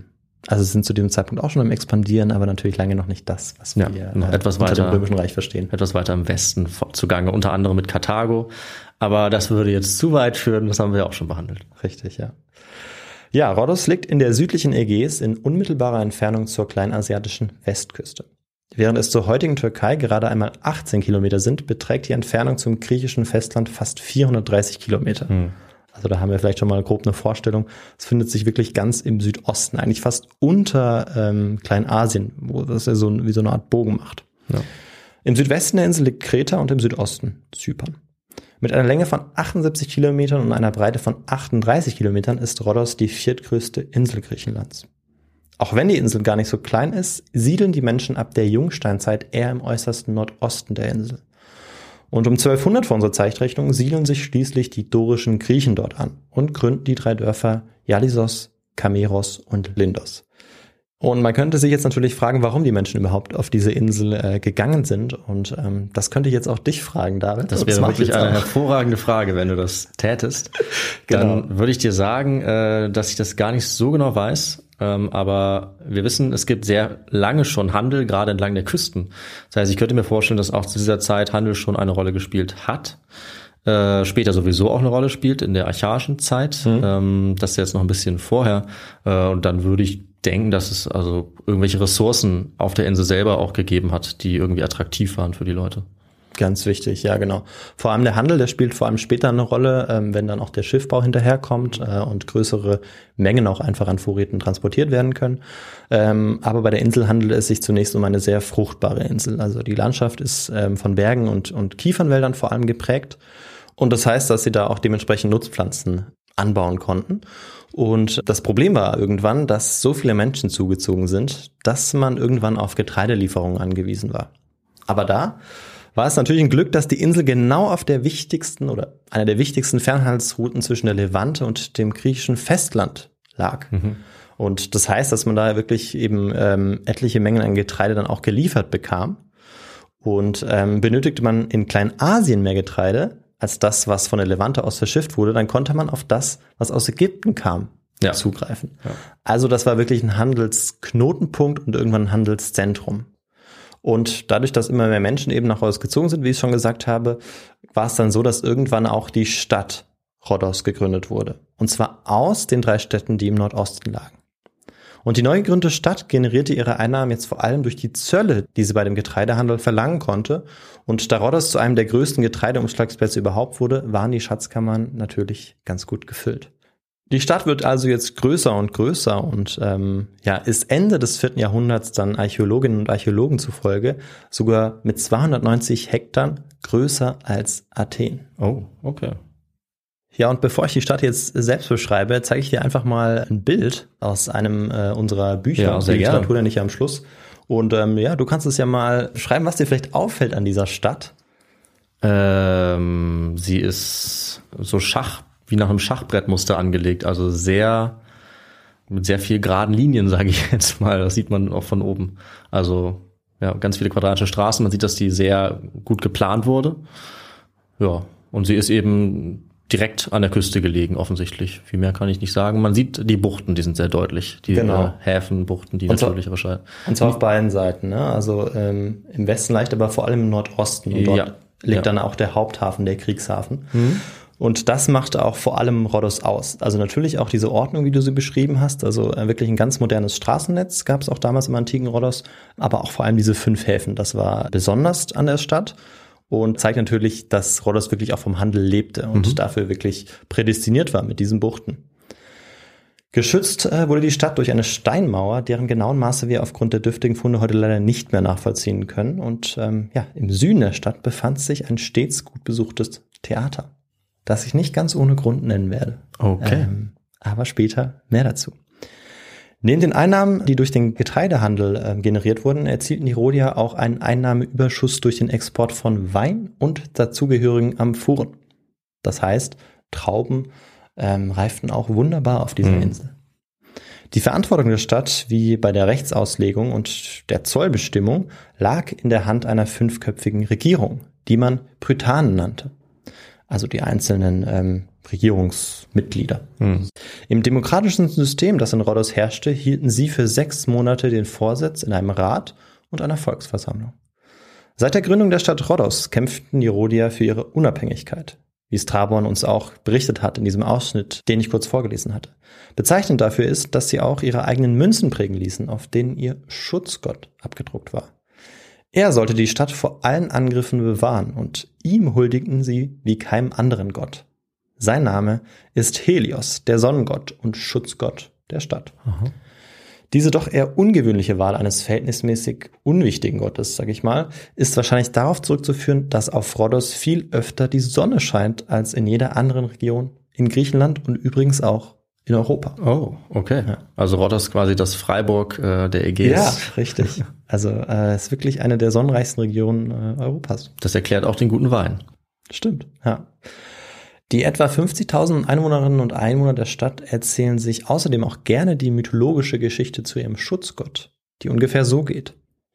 E: auch schon im Expandieren, aber natürlich lange noch nicht das, was wir
D: etwas
E: unter
D: weiter,
E: dem Römischen Reich verstehen.
D: Etwas weiter im Westen zugange, unter anderem mit Karthago. Aber das würde jetzt zu weit führen, das haben wir ja auch schon behandelt.
E: Richtig, ja. Ja, Rhodos liegt in der südlichen Ägäis in unmittelbarer Entfernung zur kleinasiatischen Westküste. Während es zur heutigen Türkei gerade einmal 18 Kilometer sind, beträgt die Entfernung zum griechischen Festland fast 430 Kilometer. Also da haben wir vielleicht schon mal grob eine Vorstellung. Es findet sich wirklich ganz im Südosten, eigentlich fast unter Kleinasien, wo das ja wie so eine Art Bogen macht. Ja. Im Südwesten der Insel liegt Kreta und im Südosten Zypern. Mit einer Länge von 78 Kilometern und einer Breite von 38 Kilometern ist Rhodos die viertgrößte Insel Griechenlands. Auch wenn die Insel gar nicht so klein ist, siedeln die Menschen ab der Jungsteinzeit eher im äußersten Nordosten der Insel. Und um 1200 vor unserer Zeitrechnung siedeln sich schließlich die dorischen Griechen dort an und gründen die 3 Dörfer Ialisos, Kameros und Lindos. Und man könnte sich jetzt natürlich fragen, warum die Menschen überhaupt auf diese Insel gegangen sind. Und das könnte ich jetzt auch dich fragen, David.
D: Das wäre wirklich eine hervorragende Frage, wenn du das tätest. Dann würde ich dir sagen, dass ich das gar nicht so genau weiß. Aber wir wissen, es gibt sehr lange schon Handel, gerade entlang der Küsten. Das heißt, ich könnte mir vorstellen, dass auch zu dieser Zeit Handel schon eine Rolle gespielt hat. Später sowieso auch eine Rolle spielt in der archaischen Zeit. Das ist jetzt noch ein bisschen vorher. Und dann würde ich denken, dass es also irgendwelche Ressourcen auf der Insel selber auch gegeben hat, die irgendwie attraktiv waren für die Leute.
E: Ganz wichtig, ja genau. Vor allem der Handel, der spielt vor allem später eine Rolle, wenn dann auch der Schiffbau hinterherkommt und größere Mengen auch einfach an Vorräten transportiert werden können. Aber bei der Insel handelt es sich zunächst um eine sehr fruchtbare Insel. Also die Landschaft ist von Bergen und Kiefernwäldern vor allem geprägt. Und das heißt, dass sie da auch dementsprechend Nutzpflanzen anbauen konnten. Und das Problem war irgendwann, dass so viele Menschen zugezogen sind, dass man irgendwann auf Getreidelieferungen angewiesen war. Aber da war es natürlich ein Glück, dass die Insel genau auf der wichtigsten oder einer der wichtigsten Fernhandelsrouten zwischen der Levante und dem griechischen Festland lag. Und das heißt, dass man da wirklich eben etliche Mengen an Getreide dann auch geliefert bekam. Und benötigte man in Kleinasien mehr Getreide als das, was von der Levante aus verschifft wurde, dann konnte man auf das, was aus Ägypten kam, zugreifen. Ja. Also das war wirklich ein Handelsknotenpunkt und irgendwann ein Handelszentrum. Und dadurch, dass immer mehr Menschen eben nach Rhodos gezogen sind, wie ich schon gesagt habe, war es dann so, dass irgendwann auch die Stadt Rhodos gegründet wurde. Und zwar aus den 3 Städten, die im Nordosten lagen. Und die neu gegründete Stadt generierte ihre Einnahmen jetzt vor allem durch die Zölle, die sie bei dem Getreidehandel verlangen konnte. Und da Rhodos zu einem der größten Getreideumschlagsplätze überhaupt wurde, waren die Schatzkammern natürlich ganz gut gefüllt. Die Stadt wird also jetzt größer und größer und ist Ende des 4. Jahrhunderts dann Archäologinnen und Archäologen zufolge sogar mit 290 Hektar größer als Athen.
D: Oh, okay.
E: Ja, und bevor ich die Stadt jetzt selbst beschreibe, zeige ich dir einfach mal ein Bild aus einem unserer Bücher.
D: Ja, sehr
E: die
D: gerne.
E: Literatur nicht am Schluss. Und du kannst es ja mal schreiben, was dir vielleicht auffällt an dieser Stadt.
D: Sie ist so wie nach einem Schachbrettmuster angelegt, also mit sehr viel geraden Linien, sage ich jetzt mal. Das sieht man auch von oben. Also ja, ganz viele quadratische Straßen. Man sieht, dass die sehr gut geplant wurde. Ja, und sie ist eben direkt an der Küste gelegen, offensichtlich. Viel mehr kann ich nicht sagen. Man sieht die Buchten, die sind sehr deutlich. Die Häfenbuchten, die natürlich wahrscheinlich.
E: Und zwar auf beiden Seiten, ne? Also im Westen leicht, aber vor allem im Nordosten. Und dort liegt dann auch der Haupthafen, der Kriegshafen. Und das machte auch vor allem Rhodos aus. Also natürlich auch diese Ordnung, wie du sie beschrieben hast. Also wirklich ein ganz modernes Straßennetz gab es auch damals im antiken Rhodos. Aber auch vor allem diese 5 Häfen. Das war besonders an der Stadt. Und zeigt natürlich, dass Rhodos wirklich auch vom Handel lebte und dafür wirklich prädestiniert war mit diesen Buchten. Geschützt wurde die Stadt durch eine Steinmauer, deren genauen Maße wir aufgrund der dürftigen Funde heute leider nicht mehr nachvollziehen können. Und im Süden der Stadt befand sich ein stets gut besuchtes Theater, das ich nicht ganz ohne Grund nennen werde.
D: Okay.
E: Aber später mehr dazu. Neben den Einnahmen, die durch den Getreidehandel generiert wurden, erzielten die Rhodier auch einen Einnahmeüberschuss durch den Export von Wein und dazugehörigen Amphoren. Das heißt, Trauben reiften auch wunderbar auf dieser Insel. Die Verantwortung der Stadt, wie bei der Rechtsauslegung und der Zollbestimmung, lag in der Hand einer 5-köpfigen Regierung, die man Prytanen nannte. Also die einzelnen Regierungsmitglieder. Im demokratischen System, das in Rhodos herrschte, hielten sie für 6 Monate den Vorsitz in einem Rat und einer Volksversammlung. Seit der Gründung der Stadt Rhodos kämpften die Rhodier für ihre Unabhängigkeit, wie Strabon uns auch berichtet hat in diesem Ausschnitt, den ich kurz vorgelesen hatte. Bezeichnend dafür ist, dass sie auch ihre eigenen Münzen prägen ließen, auf denen ihr Schutzgott abgedruckt war. Er sollte die Stadt vor allen Angriffen bewahren und ihm huldigten sie wie keinem anderen Gott. Sein Name ist Helios, der Sonnengott und Schutzgott der Stadt. Diese doch eher ungewöhnliche Wahl eines verhältnismäßig unwichtigen Gottes, sag ich mal, ist wahrscheinlich darauf zurückzuführen, dass auf Rhodos viel öfter die Sonne scheint als in jeder anderen Region in Griechenland und übrigens auch in Europa.
D: Oh, okay. Ja. Also Rhodos quasi das Freiburg der Ägäis.
E: Ja, richtig. Also es ist wirklich eine der sonnenreichsten Regionen Europas.
D: Das erklärt auch den guten Wein.
E: Stimmt, ja. Die etwa 50.000 Einwohnerinnen und Einwohner der Stadt erzählen sich außerdem auch gerne die mythologische Geschichte zu ihrem Schutzgott, die ungefähr so geht.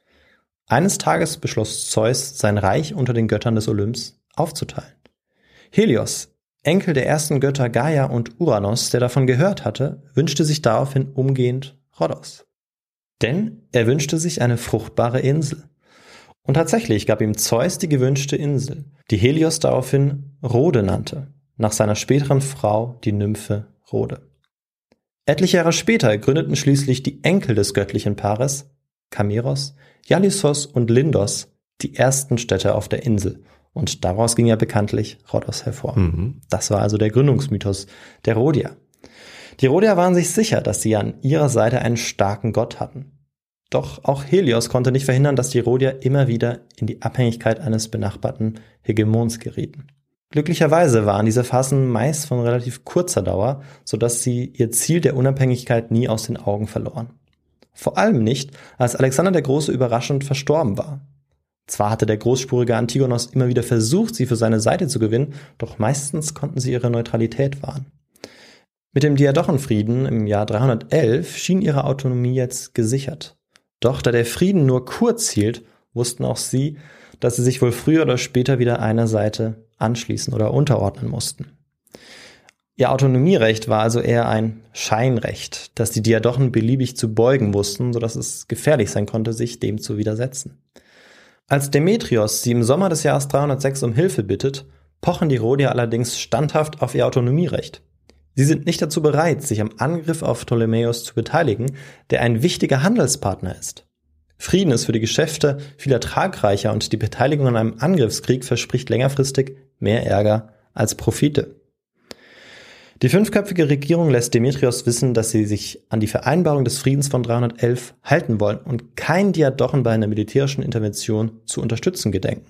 E: Eines Tages beschloss Zeus, sein Reich unter den Göttern des Olymps aufzuteilen. Helios, Enkel der ersten Götter Gaia und Uranus, der davon gehört hatte, wünschte sich daraufhin umgehend Rhodos. Denn er wünschte sich eine fruchtbare Insel. Und tatsächlich gab ihm Zeus die gewünschte Insel, die Helios daraufhin Rhode nannte, nach seiner späteren Frau, die Nymphe Rhode. Etliche Jahre später gründeten schließlich die Enkel des göttlichen Paares, Kameros, Ialyssos und Lindos, die ersten Städte auf der Insel. Und daraus ging ja bekanntlich Rhodos hervor. Das war also der Gründungsmythos der Rhodier. Die Rhodier waren sich sicher, dass sie an ihrer Seite einen starken Gott hatten. Doch auch Helios konnte nicht verhindern, dass die Rhodier immer wieder in die Abhängigkeit eines benachbarten Hegemons gerieten. Glücklicherweise waren diese Phasen meist von relativ kurzer Dauer, sodass sie ihr Ziel der Unabhängigkeit nie aus den Augen verloren. Vor allem nicht, als Alexander der Große überraschend verstorben war. Zwar hatte der großspurige Antigonos immer wieder versucht, sie für seine Seite zu gewinnen, doch meistens konnten sie ihre Neutralität wahren. Mit dem Diadochenfrieden im Jahr 311 schien ihre Autonomie jetzt gesichert. Doch da der Frieden nur kurz hielt, wussten auch sie, dass sie sich wohl früher oder später wieder einer Seite anschließen oder unterordnen mussten. Ihr Autonomierecht war also eher ein Scheinrecht, das die Diadochen beliebig zu beugen wussten, sodass es gefährlich sein konnte, sich dem zu widersetzen. Als Demetrios sie im Sommer des Jahres 306 um Hilfe bittet, pochen die Rhodier allerdings standhaft auf ihr Autonomierecht. Sie sind nicht dazu bereit, sich am Angriff auf Ptolemäus zu beteiligen, der ein wichtiger Handelspartner ist. Frieden ist für die Geschäfte viel ertragreicher und die Beteiligung an einem Angriffskrieg verspricht längerfristig mehr Ärger als Profite. Die 5-köpfige Regierung lässt Demetrios wissen, dass sie sich an die Vereinbarung des Friedens von 311 halten wollen und kein Diadochen bei einer militärischen Intervention zu unterstützen gedenken.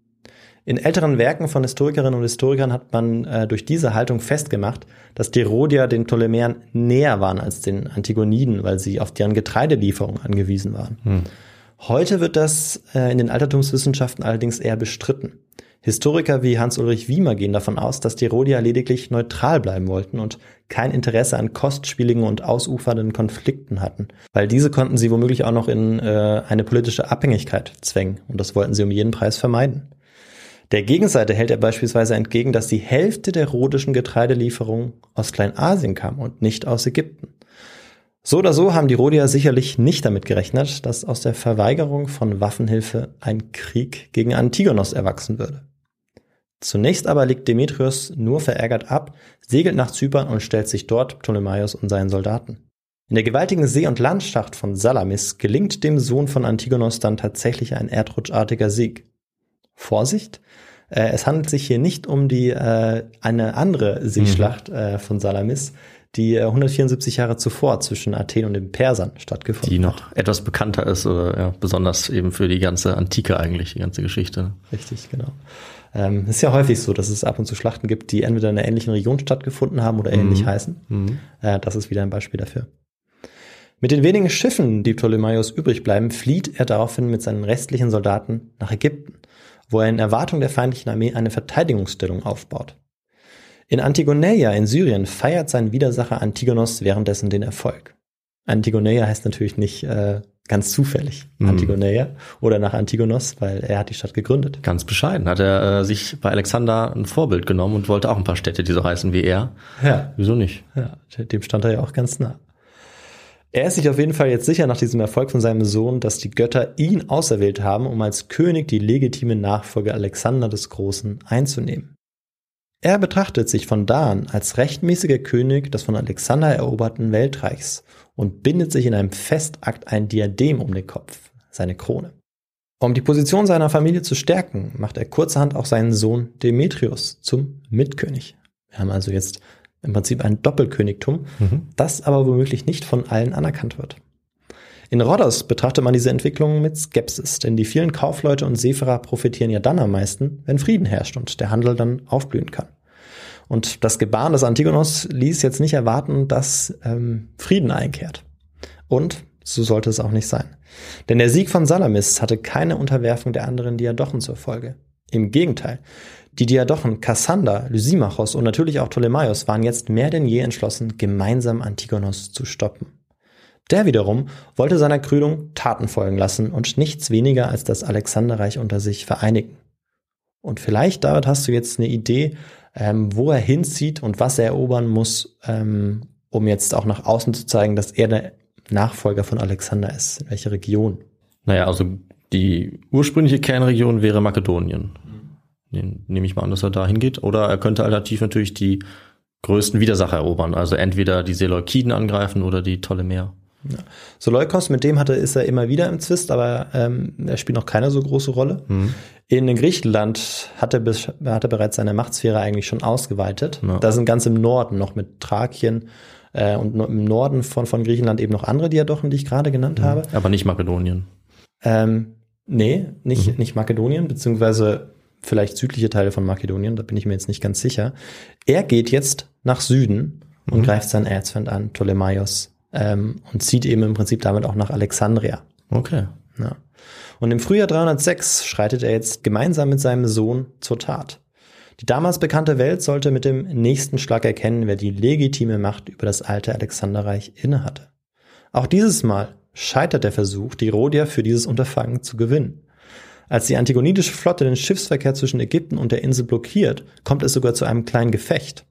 E: In älteren Werken von Historikerinnen und Historikern hat man durch diese Haltung festgemacht, dass die Rhodier den Ptolemäern näher waren als den Antigoniden, weil sie auf deren Getreidelieferung angewiesen waren. Heute wird das in den Altertumswissenschaften allerdings eher bestritten. Historiker wie Hans-Ulrich Wiemer gehen davon aus, dass die Rhodier lediglich neutral bleiben wollten und kein Interesse an kostspieligen und ausufernden Konflikten hatten, weil diese konnten sie womöglich auch noch in eine politische Abhängigkeit zwängen und das wollten sie um jeden Preis vermeiden. Der Gegenseite hält er beispielsweise entgegen, dass die Hälfte der rhodischen Getreidelieferungen aus Kleinasien kam und nicht aus Ägypten. So oder so haben die Rhodier sicherlich nicht damit gerechnet, dass aus der Verweigerung von Waffenhilfe ein Krieg gegen Antigonos erwachsen würde. Zunächst aber legt Demetrios nur verärgert ab, segelt nach Zypern und stellt sich dort Ptolemaios und seinen Soldaten. In der gewaltigen See- und Landschlacht von Salamis gelingt dem Sohn von Antigonos dann tatsächlich ein erdrutschartiger Sieg. Vorsicht! Es handelt sich hier nicht um eine andere Seeschlacht von Salamis, die 174 Jahre zuvor zwischen Athen und den Persern stattgefunden hat.
D: Die noch etwas bekannter ist, oder ja, besonders eben für die ganze Antike eigentlich, die ganze Geschichte.
E: Richtig, genau. Es ist ja häufig so, dass es ab und zu Schlachten gibt, die entweder in einer ähnlichen Region stattgefunden haben oder ähnlich heißen. Das ist wieder ein Beispiel dafür. Mit den wenigen Schiffen, die Ptolemaios übrig bleiben, flieht er daraufhin mit seinen restlichen Soldaten nach Ägypten, wo er in Erwartung der feindlichen Armee eine Verteidigungsstellung aufbaut. In Antigoneia in Syrien feiert sein Widersacher Antigonos währenddessen den Erfolg. Antigoneia heißt natürlich nicht ganz zufällig Antigoneia oder nach Antigonos, weil er hat die Stadt gegründet.
D: Ganz bescheiden. Hat er sich bei Alexander ein Vorbild genommen und wollte auch ein paar Städte, die so heißen wie er.
E: Ja.
D: Wieso nicht?
E: Ja, dem stand er ja auch ganz nah. Er ist sich auf jeden Fall jetzt sicher nach diesem Erfolg von seinem Sohn, dass die Götter ihn auserwählt haben, um als König die legitime Nachfolge Alexander des Großen einzunehmen. Er betrachtet sich von da an als rechtmäßiger König des von Alexander eroberten Weltreichs und bindet sich in einem Festakt ein Diadem um den Kopf, seine Krone. Um die Position seiner Familie zu stärken, macht er kurzerhand auch seinen Sohn Demetrios zum Mitkönig. Wir haben also jetzt im Prinzip ein Doppelkönigtum, das aber womöglich nicht von allen anerkannt wird. In Rhodos betrachtet man diese Entwicklung mit Skepsis, denn die vielen Kaufleute und Seefahrer profitieren ja dann am meisten, wenn Frieden herrscht und der Handel dann aufblühen kann. Und das Gebaren des Antigonos ließ jetzt nicht erwarten, dass Frieden einkehrt. Und so sollte es auch nicht sein. Denn der Sieg von Salamis hatte keine Unterwerfung der anderen Diadochen zur Folge. Im Gegenteil, die Diadochen Kassander, Lysimachos und natürlich auch Ptolemaios waren jetzt mehr denn je entschlossen, gemeinsam Antigonos zu stoppen. Der wiederum wollte seiner Krönung Taten folgen lassen und nichts weniger als das Alexanderreich unter sich vereinigen. Und vielleicht, David, hast du jetzt eine Idee, wo er hinzieht und was er erobern muss, um jetzt auch nach außen zu zeigen, dass er der Nachfolger von Alexander ist. In welche Region?
D: Naja, also die ursprüngliche Kernregion wäre Makedonien. Nehme ich mal an, dass er da hingeht. Oder er könnte alternativ natürlich die größten Widersacher erobern. Also entweder die Seleukiden angreifen oder die Ptolemäer.
E: Ja. Seleukos, mit dem ist er immer wieder im Zwist, aber er spielt noch keine so große Rolle. In Griechenland hat er bereits seine Machtsphäre eigentlich schon ausgeweitet. Ja. Da sind ganz im Norden noch mit Thrakien und im Norden von Griechenland eben noch andere Diadochen, die ich gerade genannt habe.
D: Aber nicht Makedonien.
E: Nee, nicht Makedonien, beziehungsweise vielleicht südliche Teile von Makedonien, da bin ich mir jetzt nicht ganz sicher. Er geht jetzt nach Süden und greift seinen Erzfeind an, Ptolemaios, und zieht eben im Prinzip damit auch nach Alexandria.
D: Okay.
E: Ja. Und im Frühjahr 306 schreitet er jetzt gemeinsam mit seinem Sohn zur Tat. Die damals bekannte Welt sollte mit dem nächsten Schlag erkennen, wer die legitime Macht über das alte Alexanderreich innehatte. Auch dieses Mal scheitert der Versuch, die Rhodier für dieses Unterfangen zu gewinnen. Als die antigonidische Flotte den Schiffsverkehr zwischen Ägypten und der Insel blockiert, kommt es sogar zu einem kleinen Gefecht.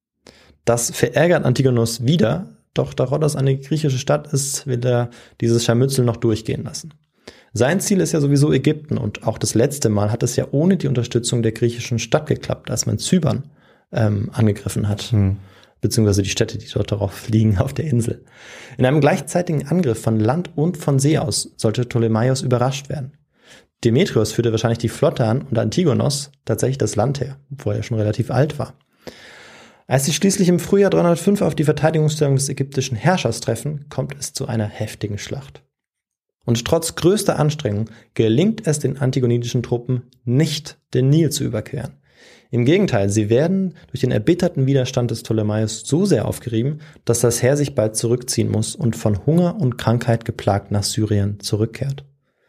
E: Das verärgert Antigonos wieder, doch da Rhodos eine griechische Stadt ist, will er dieses Scharmützel noch durchgehen lassen. Sein Ziel ist ja sowieso Ägypten und auch das letzte Mal hat es ja ohne die Unterstützung der griechischen Stadt geklappt, als man Zypern angegriffen hat. Beziehungsweise die Städte, die dort darauf liegen, auf der Insel. In einem gleichzeitigen Angriff von Land und von See aus sollte Ptolemaios überrascht werden. Demetrios führte wahrscheinlich die Flotte an und Antigonos tatsächlich das Landheer, obwohl er schon relativ alt war. Als sie schließlich im Frühjahr 305 auf die Verteidigungsstellung des ägyptischen Herrschers treffen, kommt es zu einer heftigen Schlacht. Und trotz größter Anstrengung gelingt es den antigonidischen Truppen nicht, den Nil zu überqueren. Im Gegenteil, sie werden durch den erbitterten Widerstand des Ptolemaios so sehr aufgerieben, dass das Heer sich bald zurückziehen muss und von Hunger und Krankheit geplagt nach Syrien zurückkehrt.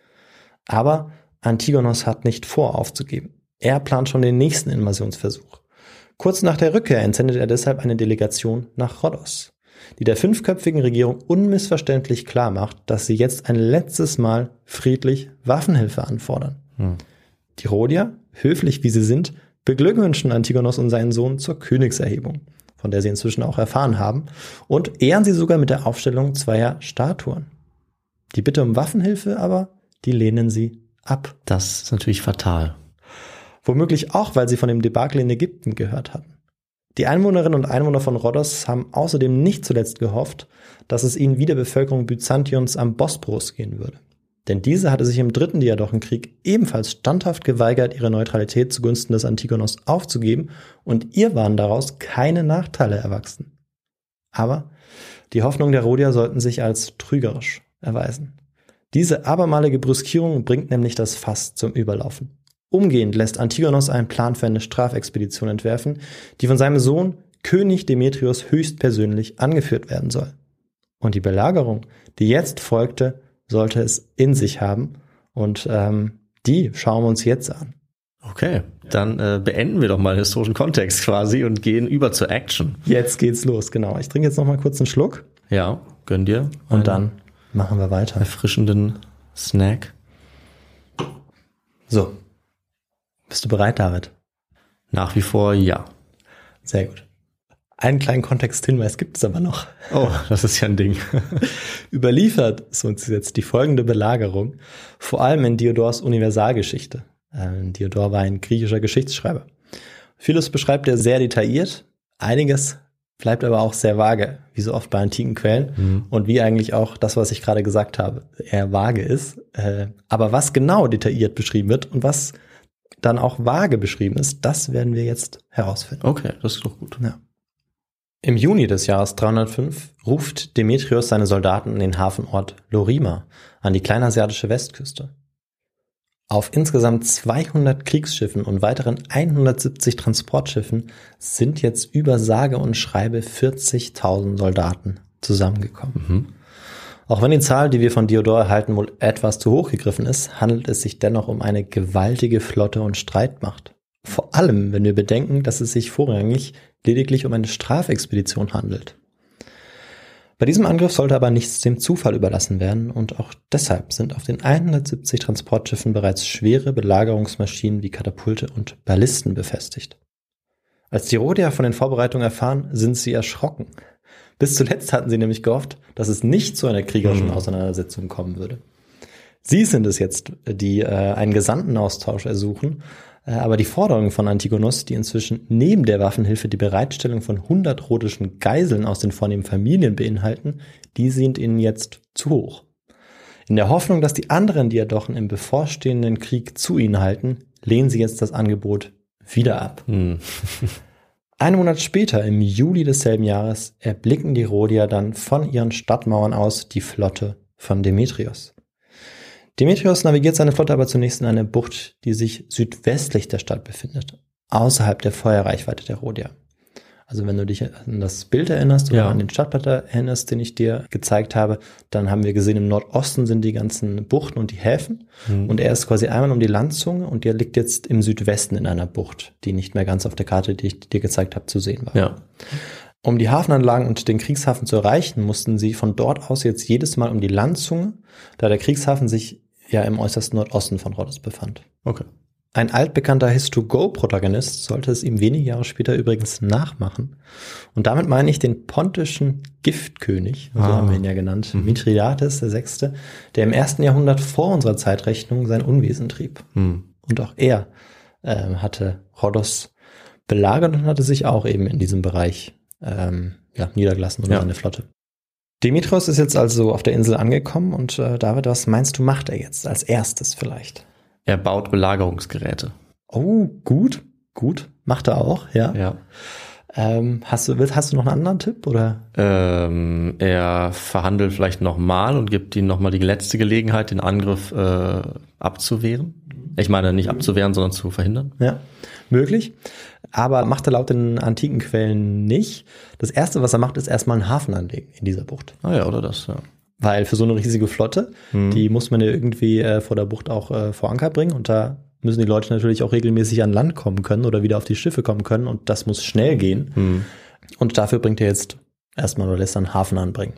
E: Aber Antigonos hat nicht vor, aufzugeben. Er plant schon den nächsten Invasionsversuch. Kurz nach der Rückkehr entsendet er deshalb eine Delegation nach Rhodos, die der 5-köpfigen Regierung unmissverständlich klar macht, dass sie jetzt ein letztes Mal friedlich Waffenhilfe anfordern. Die Rhodier, höflich wie sie sind, beglückwünschen Antigonos und seinen Sohn zur Königserhebung, von der sie inzwischen auch erfahren haben, und ehren sie sogar mit der Aufstellung zweier Statuen. Die Bitte um Waffenhilfe aber, die lehnen sie ab.
D: Das ist natürlich fatal.
E: Womöglich auch, weil sie von dem Debakel in Ägypten gehört hatten. Die Einwohnerinnen und Einwohner von Rhodos haben außerdem nicht zuletzt gehofft, dass es ihnen wie der Bevölkerung Byzantions am Bosporus gehen würde. Denn diese hatte sich im 3. Diadochenkrieg ebenfalls standhaft geweigert, ihre Neutralität zugunsten des Antigonos aufzugeben, und ihr waren daraus keine Nachteile erwachsen. Aber die Hoffnungen der Rhodier sollten sich als trügerisch erweisen. Diese abermalige Brüskierung bringt nämlich das Fass zum Überlaufen. Umgehend lässt Antigonos einen Plan für eine Strafexpedition entwerfen, die von seinem Sohn König Demetrios höchstpersönlich angeführt werden soll. Und die Belagerung, die jetzt folgte, sollte es in sich haben, und die schauen wir uns jetzt an.
D: Okay, dann beenden wir doch mal den historischen Kontext quasi und gehen über zur Action.
E: Jetzt geht's los, genau. Ich trinke jetzt noch mal kurz einen Schluck.
D: Ja, gönn dir.
E: Und dann machen wir weiter.
D: Erfrischenden Snack.
E: So. Bist du bereit, David?
D: Nach wie vor ja.
E: Sehr gut. Einen kleinen Kontexthinweis gibt es aber noch.
D: Oh, das ist ja ein Ding.
E: Überliefert ist uns jetzt die folgende Belagerung, vor allem in Diodors Universalgeschichte. Diodor war ein griechischer Geschichtsschreiber. Vieles beschreibt er sehr detailliert, einiges bleibt aber auch sehr vage, wie so oft bei antiken Quellen und wie eigentlich auch das, was ich gerade gesagt habe, eher vage ist. Aber was genau detailliert beschrieben wird und was dann auch vage beschrieben ist, das werden wir jetzt herausfinden.
D: Okay, das ist doch gut.
E: Ja. Im Juni des Jahres 305 ruft Demetrios seine Soldaten in den Hafenort Lorima an die kleinasiatische Westküste. Auf insgesamt 200 Kriegsschiffen und weiteren 170 Transportschiffen sind jetzt über sage und schreibe 40.000 Soldaten zusammengekommen. Auch wenn die Zahl, die wir von Diodor erhalten, wohl etwas zu hoch gegriffen ist, handelt es sich dennoch um eine gewaltige Flotte und Streitmacht. Vor allem, wenn wir bedenken, dass es sich vorrangig lediglich um eine Strafexpedition handelt. Bei diesem Angriff sollte aber nichts dem Zufall überlassen werden, und auch deshalb sind auf den 170 Transportschiffen bereits schwere Belagerungsmaschinen wie Katapulte und Ballisten befestigt. Als die Rhodier von den Vorbereitungen erfahren, sind sie erschrocken. Bis zuletzt hatten sie nämlich gehofft, dass es nicht zu einer kriegerischen Auseinandersetzung kommen würde. Sie sind es jetzt, die einen Gesandtenaustausch ersuchen, aber die Forderungen von Antigonos, die inzwischen neben der Waffenhilfe die Bereitstellung von 100 rhodischen Geiseln aus den vornehmen Familien beinhalten, die sind ihnen jetzt zu hoch. In der Hoffnung, dass die anderen Diadochen im bevorstehenden Krieg zu ihnen halten, lehnen sie jetzt das Angebot wieder ab. Einen Monat später, im Juli desselben Jahres, erblicken die Rhodier dann von ihren Stadtmauern aus die Flotte von Demetrios. Demetrios navigiert seine Flotte aber zunächst in eine Bucht, die sich südwestlich der Stadt befindet, außerhalb der Feuerreichweite der Rhodier. Also wenn du dich an das Bild erinnerst oder an den Stadtplatte erinnerst, den ich dir gezeigt habe, dann haben wir gesehen, im Nordosten sind die ganzen Buchten und die Häfen. Und er ist quasi einmal um die Landzunge und der liegt jetzt im Südwesten in einer Bucht, die nicht mehr ganz auf der Karte, die ich dir gezeigt habe, zu sehen war.
D: Ja.
E: Um die Hafenanlagen und den Kriegshafen zu erreichen, mussten sie von dort aus jetzt jedes Mal um die Landzunge, da der Kriegshafen sich ja im äußersten Nordosten von Rhodos befand.
D: Okay.
E: Ein altbekannter His-to-Go-Protagonist sollte es ihm wenige Jahre später übrigens nachmachen. Und damit meine ich den pontischen Giftkönig, so haben wir ihn ja genannt, Mithridates VI., der im 1. Jahrhundert vor unserer Zeitrechnung sein Unwesen trieb. Und auch er hatte Rhodos belagert und hatte sich auch eben in diesem Bereich niedergelassen oder seine Flotte. Demetrios ist jetzt also auf der Insel angekommen und David, was meinst du, macht er jetzt als erstes vielleicht?
D: Er baut Belagerungsgeräte.
E: Oh, gut. Macht er auch, ja. Hast du noch einen anderen Tipp, oder?
D: Er verhandelt vielleicht nochmal und gibt ihnen nochmal die letzte Gelegenheit, den Angriff abzuwehren. Ich meine, nicht abzuwehren, sondern zu verhindern.
E: Ja, möglich. Aber macht er laut den antiken Quellen nicht. Das Erste, was er macht, ist erstmal einen Hafen anlegen in dieser Bucht.
D: Ah ja, oder das, ja.
E: Weil für so eine riesige Flotte, die muss man ja irgendwie vor der Bucht auch vor Anker bringen. Und da müssen die Leute natürlich auch regelmäßig an Land kommen können oder wieder auf die Schiffe kommen können. Und das muss schnell gehen. Und dafür bringt er jetzt erstmal oder lässt er einen Hafen anbringen.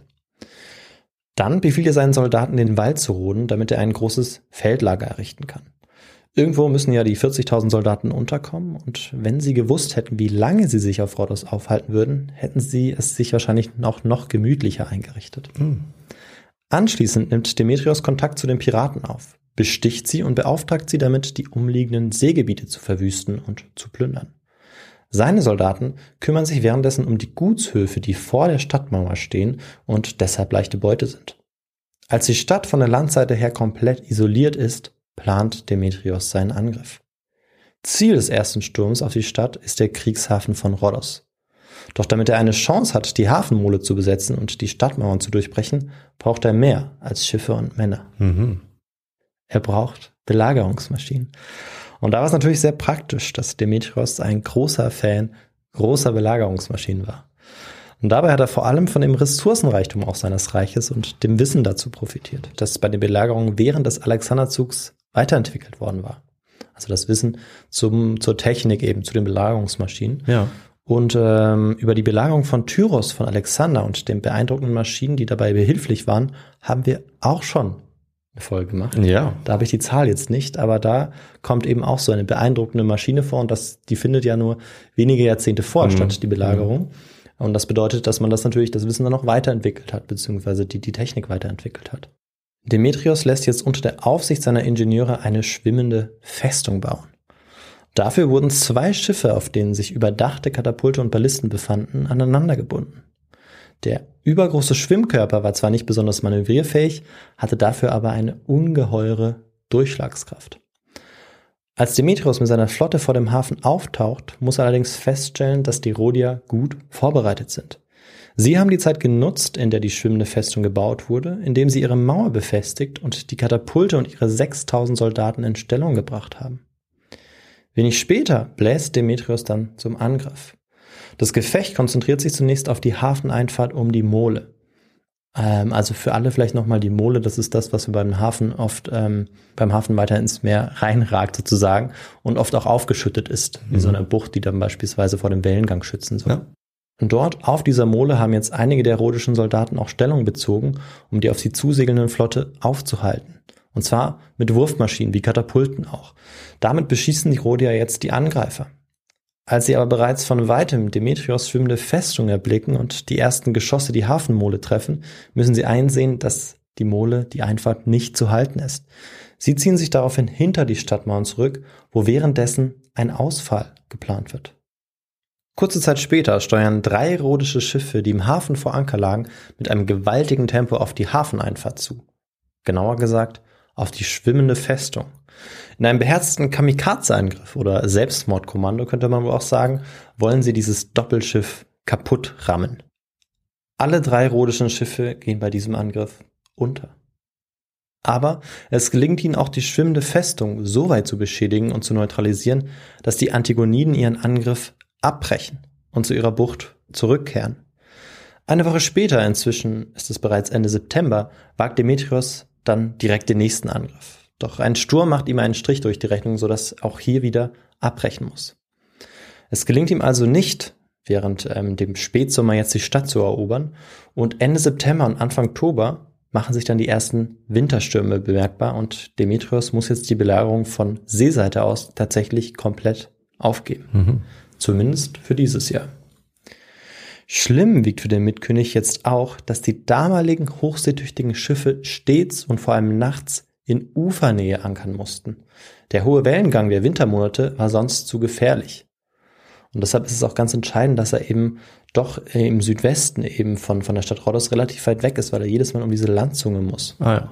E: Dann befiehlt er seinen Soldaten, den Wald zu roden, damit er ein großes Feldlager errichten kann. Irgendwo müssen ja die 40.000 Soldaten unterkommen. Und wenn sie gewusst hätten, wie lange sie sich auf Rhodos aufhalten würden, hätten sie es sich wahrscheinlich noch gemütlicher eingerichtet. Anschließend nimmt Demetrios Kontakt zu den Piraten auf, besticht sie und beauftragt sie damit, die umliegenden Seegebiete zu verwüsten und zu plündern. Seine Soldaten kümmern sich währenddessen um die Gutshöfe, die vor der Stadtmauer stehen und deshalb leichte Beute sind. Als die Stadt von der Landseite her komplett isoliert ist, plant Demetrios seinen Angriff. Ziel des ersten Sturms auf die Stadt ist der Kriegshafen von Rhodos. Doch damit er eine Chance hat, die Hafenmole zu besetzen und die Stadtmauern zu durchbrechen, braucht er mehr als Schiffe und Männer. Er braucht Belagerungsmaschinen. Und da war es natürlich sehr praktisch, dass Demetrios ein großer Fan großer Belagerungsmaschinen war. Und dabei hat er vor allem von dem Ressourcenreichtum auch seines Reiches und dem Wissen dazu profitiert, das bei den Belagerungen während des Alexanderzugs weiterentwickelt worden war. Also das Wissen zur Technik eben, zu den Belagerungsmaschinen.
D: Ja.
E: Und über die Belagerung von Tyros von Alexander und den beeindruckenden Maschinen, die dabei behilflich waren, haben wir auch schon eine Folge gemacht.
D: Ja.
E: Da habe ich die Zahl jetzt nicht, aber da kommt eben auch so eine beeindruckende Maschine vor und die findet ja nur wenige Jahrzehnte vor statt, die Belagerung. Und das bedeutet, dass man das Wissen dann noch weiterentwickelt hat, beziehungsweise die Technik weiterentwickelt hat. Demetrios lässt jetzt unter der Aufsicht seiner Ingenieure eine schwimmende Festung bauen. Dafür wurden 2 Schiffe, auf denen sich überdachte Katapulte und Ballisten befanden, aneinander gebunden. Der übergroße Schwimmkörper war zwar nicht besonders manövrierfähig, hatte dafür aber eine ungeheure Durchschlagskraft. Als Demetrios mit seiner Flotte vor dem Hafen auftaucht, muss er allerdings feststellen, dass die Rhodier gut vorbereitet sind. Sie haben die Zeit genutzt, in der die schwimmende Festung gebaut wurde, indem sie ihre Mauer befestigt und die Katapulte und ihre 6.000 Soldaten in Stellung gebracht haben. Wenig später bläst Demetrios dann zum Angriff. Das Gefecht konzentriert sich zunächst auf die Hafeneinfahrt um die Mole. Also für alle vielleicht nochmal die Mole, das ist das, was wir beim Hafen oft beim Hafen weiter ins Meer reinragt sozusagen und oft auch aufgeschüttet ist, wie so eine Bucht, die dann beispielsweise vor dem Wellengang schützen soll. Ja. Und dort auf dieser Mole haben jetzt einige der rhodischen Soldaten auch Stellung bezogen, um die auf sie zusegelnde Flotte aufzuhalten. Und zwar mit Wurfmaschinen wie Katapulten auch. Damit beschießen die Rhodier jetzt die Angreifer. Als sie aber bereits von weitem Demetrios schwimmende Festung erblicken und die ersten Geschosse die Hafenmole treffen, müssen sie einsehen, dass die Mole die Einfahrt nicht zu halten ist. Sie ziehen sich daraufhin hinter die Stadtmauern zurück, wo währenddessen ein Ausfall geplant wird. Kurze Zeit später steuern 3 rhodische Schiffe, die im Hafen vor Anker lagen, mit einem gewaltigen Tempo auf die Hafeneinfahrt zu. Genauer gesagt, auf die schwimmende Festung. In einem beherzten Kamikaze-Angriff oder Selbstmordkommando könnte man wohl auch sagen, wollen sie dieses Doppelschiff kaputt rammen. Alle 3 rhodischen Schiffe gehen bei diesem Angriff unter. Aber es gelingt ihnen auch, die schwimmende Festung so weit zu beschädigen und zu neutralisieren, dass die Antigoniden ihren Angriff abbrechen und zu ihrer Bucht zurückkehren. Eine Woche später, inzwischen ist es bereits Ende September, wagt Demetrios dann direkt den nächsten Angriff. Doch ein Sturm macht ihm einen Strich durch die Rechnung, sodass auch hier wieder abbrechen muss. Es gelingt ihm also nicht, während dem Spätsommer jetzt die Stadt zu erobern, und Ende September und Anfang Oktober machen sich dann die ersten Winterstürme bemerkbar und Demetrios muss jetzt die Belagerung von Seeseite aus tatsächlich komplett aufgeben. Zumindest für dieses Jahr. Schlimm wiegt für den Mitkönig jetzt auch, dass die damaligen hochseetüchtigen Schiffe stets und vor allem nachts in Ufernähe ankern mussten. Der hohe Wellengang der Wintermonate war sonst zu gefährlich. Und deshalb ist es auch ganz entscheidend, dass er eben doch im Südwesten eben von der Stadt Rhodos relativ weit weg ist, weil er jedes Mal um diese Landzunge muss.
D: Ja.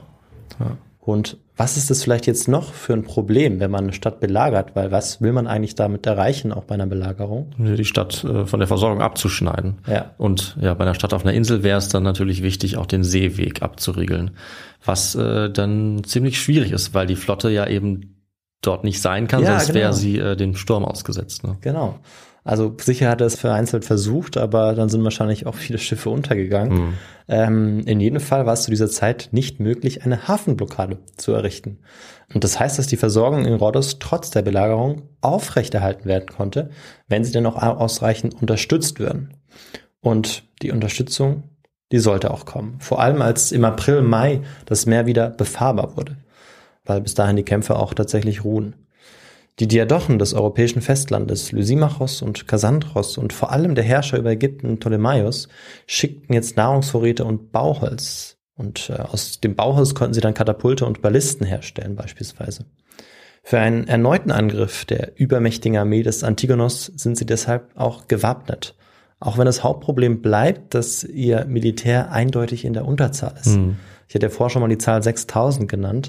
E: Und was ist das vielleicht jetzt noch für ein Problem, wenn man eine Stadt belagert? Weil was will man eigentlich damit erreichen, auch bei einer Belagerung?
D: Die Stadt von der Versorgung abzuschneiden.
E: Ja.
D: Und ja, bei einer Stadt auf einer Insel wäre es dann natürlich wichtig, auch den Seeweg abzuriegeln. Was dann ziemlich schwierig ist, weil die Flotte ja eben dort nicht sein kann, sonst wäre sie dem Sturm ausgesetzt. Ne?
E: Genau. Also sicher hat er es vereinzelt versucht, aber dann sind wahrscheinlich auch viele Schiffe untergegangen. In jedem Fall war es zu dieser Zeit nicht möglich, eine Hafenblockade zu errichten. Und das heißt, dass die Versorgung in Rhodos trotz der Belagerung aufrechterhalten werden konnte, wenn sie dann auch ausreichend unterstützt würden. Und die Unterstützung, die sollte auch kommen. Vor allem als im April, Mai das Meer wieder befahrbar wurde, weil bis dahin die Kämpfe auch tatsächlich ruhen. Die Diadochen des europäischen Festlandes, Lysimachos und Kassandros und vor allem der Herrscher über Ägypten, Ptolemaios, schickten jetzt Nahrungsvorräte und Bauholz. Und aus dem Bauholz konnten sie dann Katapulte und Ballisten herstellen beispielsweise. Für einen erneuten Angriff der übermächtigen Armee des Antigonos sind sie deshalb auch gewappnet. Auch wenn das Hauptproblem bleibt, dass ihr Militär eindeutig in der Unterzahl ist. Ich hatte ja vorher schon mal die Zahl 6.000 genannt.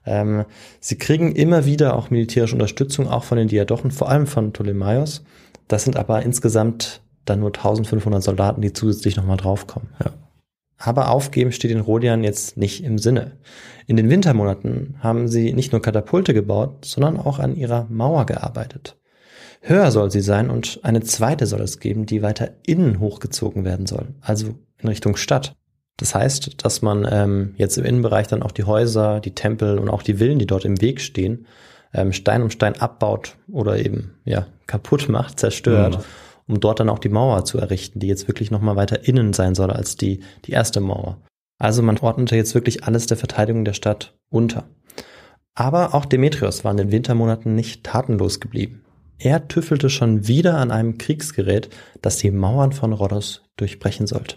E: Sie kriegen immer wieder auch militärische Unterstützung, auch von den Diadochen, vor allem von Ptolemaios. Das sind aber insgesamt dann nur 1.500 Soldaten, die zusätzlich nochmal draufkommen. Ja. Aber aufgeben steht den Rhodiern jetzt nicht im Sinne. In den Wintermonaten haben sie nicht nur Katapulte gebaut, sondern auch an ihrer Mauer gearbeitet. Höher soll sie sein und eine zweite soll es geben, die weiter innen hochgezogen werden soll, also in Richtung Stadt. Das heißt, dass man jetzt im Innenbereich dann auch die Häuser, die Tempel und auch die Villen, die dort im Weg stehen, Stein um Stein abbaut oder eben kaputt macht, zerstört, um dort dann auch die Mauer zu errichten, die jetzt wirklich nochmal weiter innen sein soll als die erste Mauer. Also man ordnete jetzt wirklich alles der Verteidigung der Stadt unter. Aber auch Demetrios war in den Wintermonaten nicht tatenlos geblieben. Er tüffelte schon wieder an einem Kriegsgerät, das die Mauern von Rhodos durchbrechen sollte.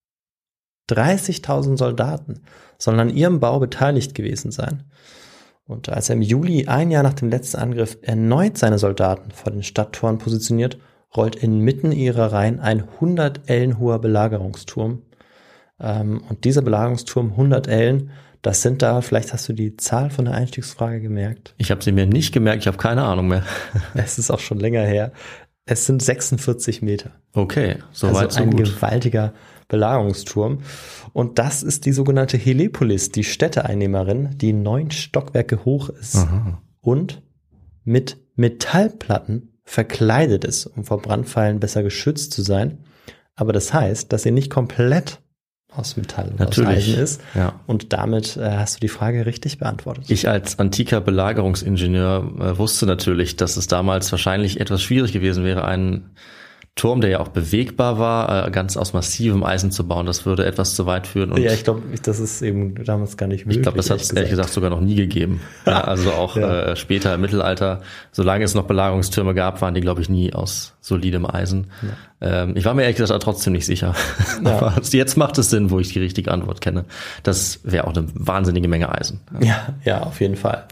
E: 30.000 Soldaten sollen an ihrem Bau beteiligt gewesen sein. Und als er im Juli, ein Jahr nach dem letzten Angriff, erneut seine Soldaten vor den Stadttoren positioniert, rollt inmitten ihrer Reihen ein 100 Ellen hoher Belagerungsturm. Und dieser Belagerungsturm, 100 Ellen, das sind da, vielleicht hast du die Zahl von der Einstiegsfrage gemerkt.
D: Ich habe sie mir nicht gemerkt, ich habe keine Ahnung mehr.
E: Es ist auch schon länger her. Es sind 46 Meter.
D: Okay, soweit so
E: gut. Also ein gewaltiger Belagerungsturm. Und das ist die sogenannte Helepolis, die Städteeinnehmerin, die 9 Stockwerke hoch ist.
D: Aha.
E: Und mit Metallplatten verkleidet ist, um vor Brandpfeilen besser geschützt zu sein. Aber das heißt, dass sie nicht komplett aus Metall und aus Eisen ist.
D: Ja.
E: Und damit hast du die Frage richtig beantwortet.
D: Ich als antiker Belagerungsingenieur wusste natürlich, dass es damals wahrscheinlich etwas schwierig gewesen wäre, einen Turm, der ja auch bewegbar war, ganz aus massivem Eisen zu bauen. Das würde etwas zu weit führen. Und
E: ja, ich glaube, das ist eben damals gar nicht möglich.
D: Ich glaube, das hat es ehrlich gesagt sogar noch nie gegeben. Ja, also auch später im Mittelalter, solange es noch Belagerungstürme gab, waren die, glaube ich, nie aus solidem Eisen. Ja. Ich war mir ehrlich gesagt trotzdem nicht sicher. Ja. Aber jetzt macht es Sinn, wo ich die richtige Antwort kenne. Das wäre auch eine wahnsinnige Menge Eisen.
E: Ja, auf jeden Fall.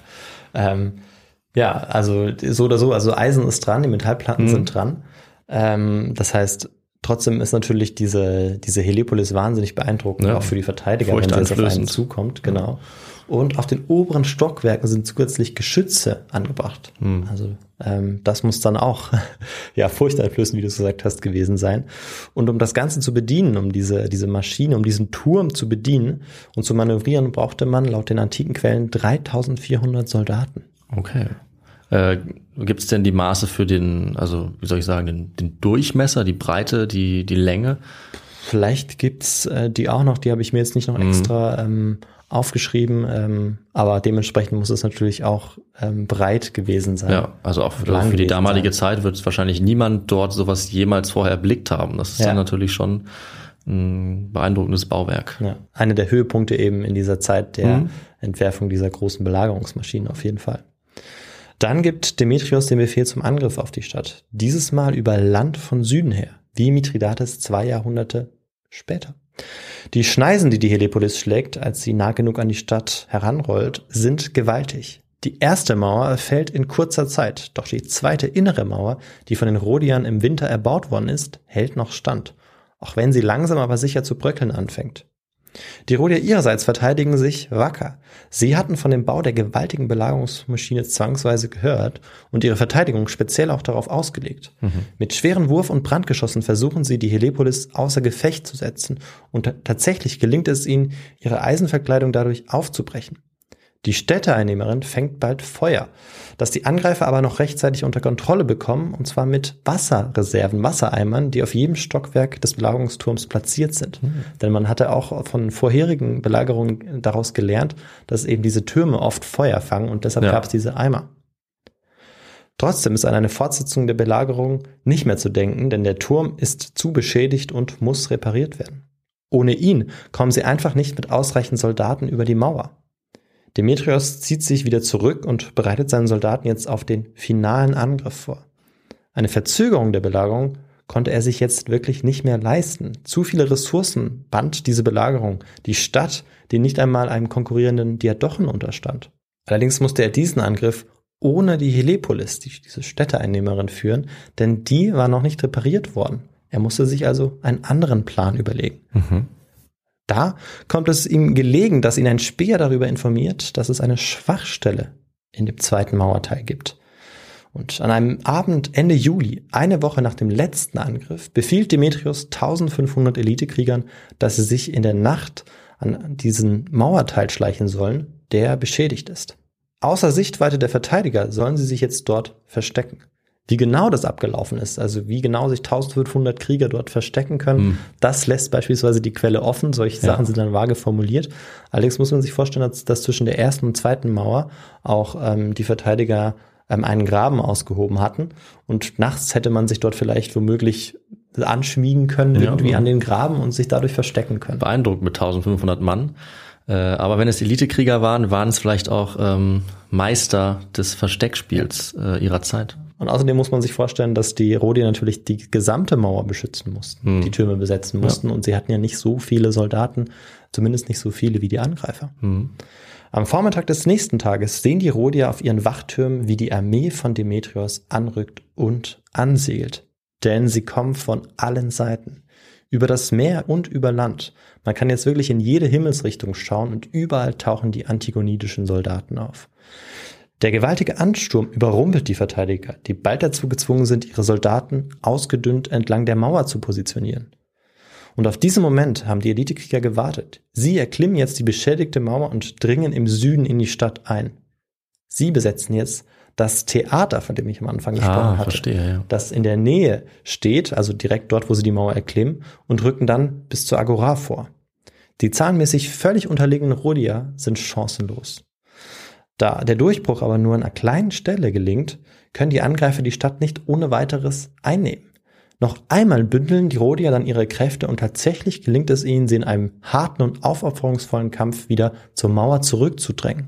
E: Also so oder so, also Eisen ist dran, die Metallplatten sind dran. Das heißt, trotzdem ist natürlich diese Helepolis wahnsinnig beeindruckend, auch für die Verteidiger, wenn sie jetzt auf einen zukommt, genau. Und auf den oberen Stockwerken sind zusätzlich Geschütze angebracht. Also das muss dann auch ja furchteinflößend, wie du es gesagt hast, gewesen sein. Und um das Ganze zu bedienen, um diese Maschine, um diesen Turm zu bedienen und zu manövrieren, brauchte man laut den antiken Quellen 3400 Soldaten.
D: Okay. Gibt es denn die Maße für den, also wie soll ich sagen, den Durchmesser, die Breite, die Länge?
E: Vielleicht gibt's die auch noch, die habe ich mir jetzt nicht noch extra aufgeschrieben, aber dementsprechend muss es natürlich auch breit gewesen sein.
D: Ja, also auch für die damalige Zeit wird es wahrscheinlich niemand dort sowas jemals vorher erblickt haben. Das ist dann natürlich schon ein beeindruckendes Bauwerk.
E: Ja, einer der Höhepunkte eben in dieser Zeit der Entwerfung dieser großen Belagerungsmaschinen auf jeden Fall. Dann gibt Demetrios den Befehl zum Angriff auf die Stadt. Dieses Mal über Land von Süden her, wie Mithridates 2 Jahrhunderte später. Die Schneisen, die Helepolis schlägt, als sie nah genug an die Stadt heranrollt, sind gewaltig. Die erste Mauer fällt in kurzer Zeit, doch die zweite innere Mauer, die von den Rhodiern im Winter erbaut worden ist, hält noch stand, auch wenn sie langsam aber sicher zu bröckeln anfängt. Die Rhodier ihrerseits verteidigen sich wacker. Sie hatten von dem Bau der gewaltigen Belagerungsmaschine zwangsweise gehört und ihre Verteidigung speziell auch darauf ausgelegt. Mit schweren Wurf- und Brandgeschossen versuchen sie, die Helepolis außer Gefecht zu setzen und tatsächlich gelingt es ihnen, ihre Eisenverkleidung dadurch aufzubrechen. Die Städteeinnehmerin fängt bald Feuer, das die Angreifer aber noch rechtzeitig unter Kontrolle bekommen, und zwar mit Wasserreserven, Wassereimern, die auf jedem Stockwerk des Belagerungsturms platziert sind. Denn man hatte auch von vorherigen Belagerungen daraus gelernt, dass eben diese Türme oft Feuer fangen und deshalb gab es diese Eimer. Trotzdem ist an eine Fortsetzung der Belagerung nicht mehr zu denken, denn der Turm ist zu beschädigt und muss repariert werden. Ohne ihn kommen sie einfach nicht mit ausreichend Soldaten über die Mauer. Demetrios zieht sich wieder zurück und bereitet seinen Soldaten jetzt auf den finalen Angriff vor. Eine Verzögerung der Belagerung konnte er sich jetzt wirklich nicht mehr leisten. Zu viele Ressourcen band diese Belagerung, die Stadt, die nicht einmal einem konkurrierenden Diadochen unterstand. Allerdings musste er diesen Angriff ohne die Helepolis, diese Städteeinnehmerin, führen, denn die war noch nicht repariert worden. Er musste sich also einen anderen Plan überlegen. Da kommt es ihm gelegen, dass ihn ein Späher darüber informiert, dass es eine Schwachstelle in dem zweiten Mauerteil gibt. Und an einem Abend Ende Juli, eine Woche nach dem letzten Angriff, befiehlt Demetrios 1500 Elitekriegern, dass sie sich in der Nacht an diesen Mauerteil schleichen sollen, der beschädigt ist. Außer Sichtweite der Verteidiger sollen sie sich jetzt dort verstecken. Wie genau das abgelaufen ist, also wie genau sich 1500 Krieger dort verstecken können, das lässt beispielsweise die Quelle offen. Solche Sachen sind dann vage formuliert. Allerdings muss man sich vorstellen, dass zwischen der ersten und zweiten Mauer auch die Verteidiger einen Graben ausgehoben hatten. Und nachts hätte man sich dort vielleicht womöglich anschmiegen können, irgendwie an den Graben und sich dadurch verstecken können.
D: Beeindruckend mit 1500 Mann. Aber wenn es Elitekrieger waren es vielleicht auch Meister des Versteckspiels ihrer Zeit.
E: Und außerdem muss man sich vorstellen, dass die Rhodier natürlich die gesamte Mauer beschützen mussten, die Türme besetzen mussten und sie hatten ja nicht so viele Soldaten, zumindest nicht so viele wie die Angreifer. Am Vormittag des nächsten Tages sehen die Rhodier auf ihren Wachtürmen, wie die Armee von Demetrios anrückt und ansegelt. Denn sie kommen von allen Seiten. Über das Meer und über Land. Man kann jetzt wirklich in jede Himmelsrichtung schauen und überall tauchen die antigonidischen Soldaten auf. Der gewaltige Ansturm überrumpelt die Verteidiger, die bald dazu gezwungen sind, ihre Soldaten ausgedünnt entlang der Mauer zu positionieren. Und auf diesen Moment haben die Elitekrieger gewartet. Sie erklimmen jetzt die beschädigte Mauer und dringen im Süden in die Stadt ein. Sie besetzen jetzt das Theater, von dem ich am Anfang gesprochen hatte, das in der Nähe steht, also direkt dort, wo sie die Mauer erklimmen, und rücken dann bis zur Agora vor. Die zahlenmäßig völlig unterlegenen Rhodier sind chancenlos. Da der Durchbruch aber nur an einer kleinen Stelle gelingt, können die Angreifer die Stadt nicht ohne weiteres einnehmen. Noch einmal bündeln die Rhodier dann ihre Kräfte und tatsächlich gelingt es ihnen, sie in einem harten und aufopferungsvollen Kampf wieder zur Mauer zurückzudrängen.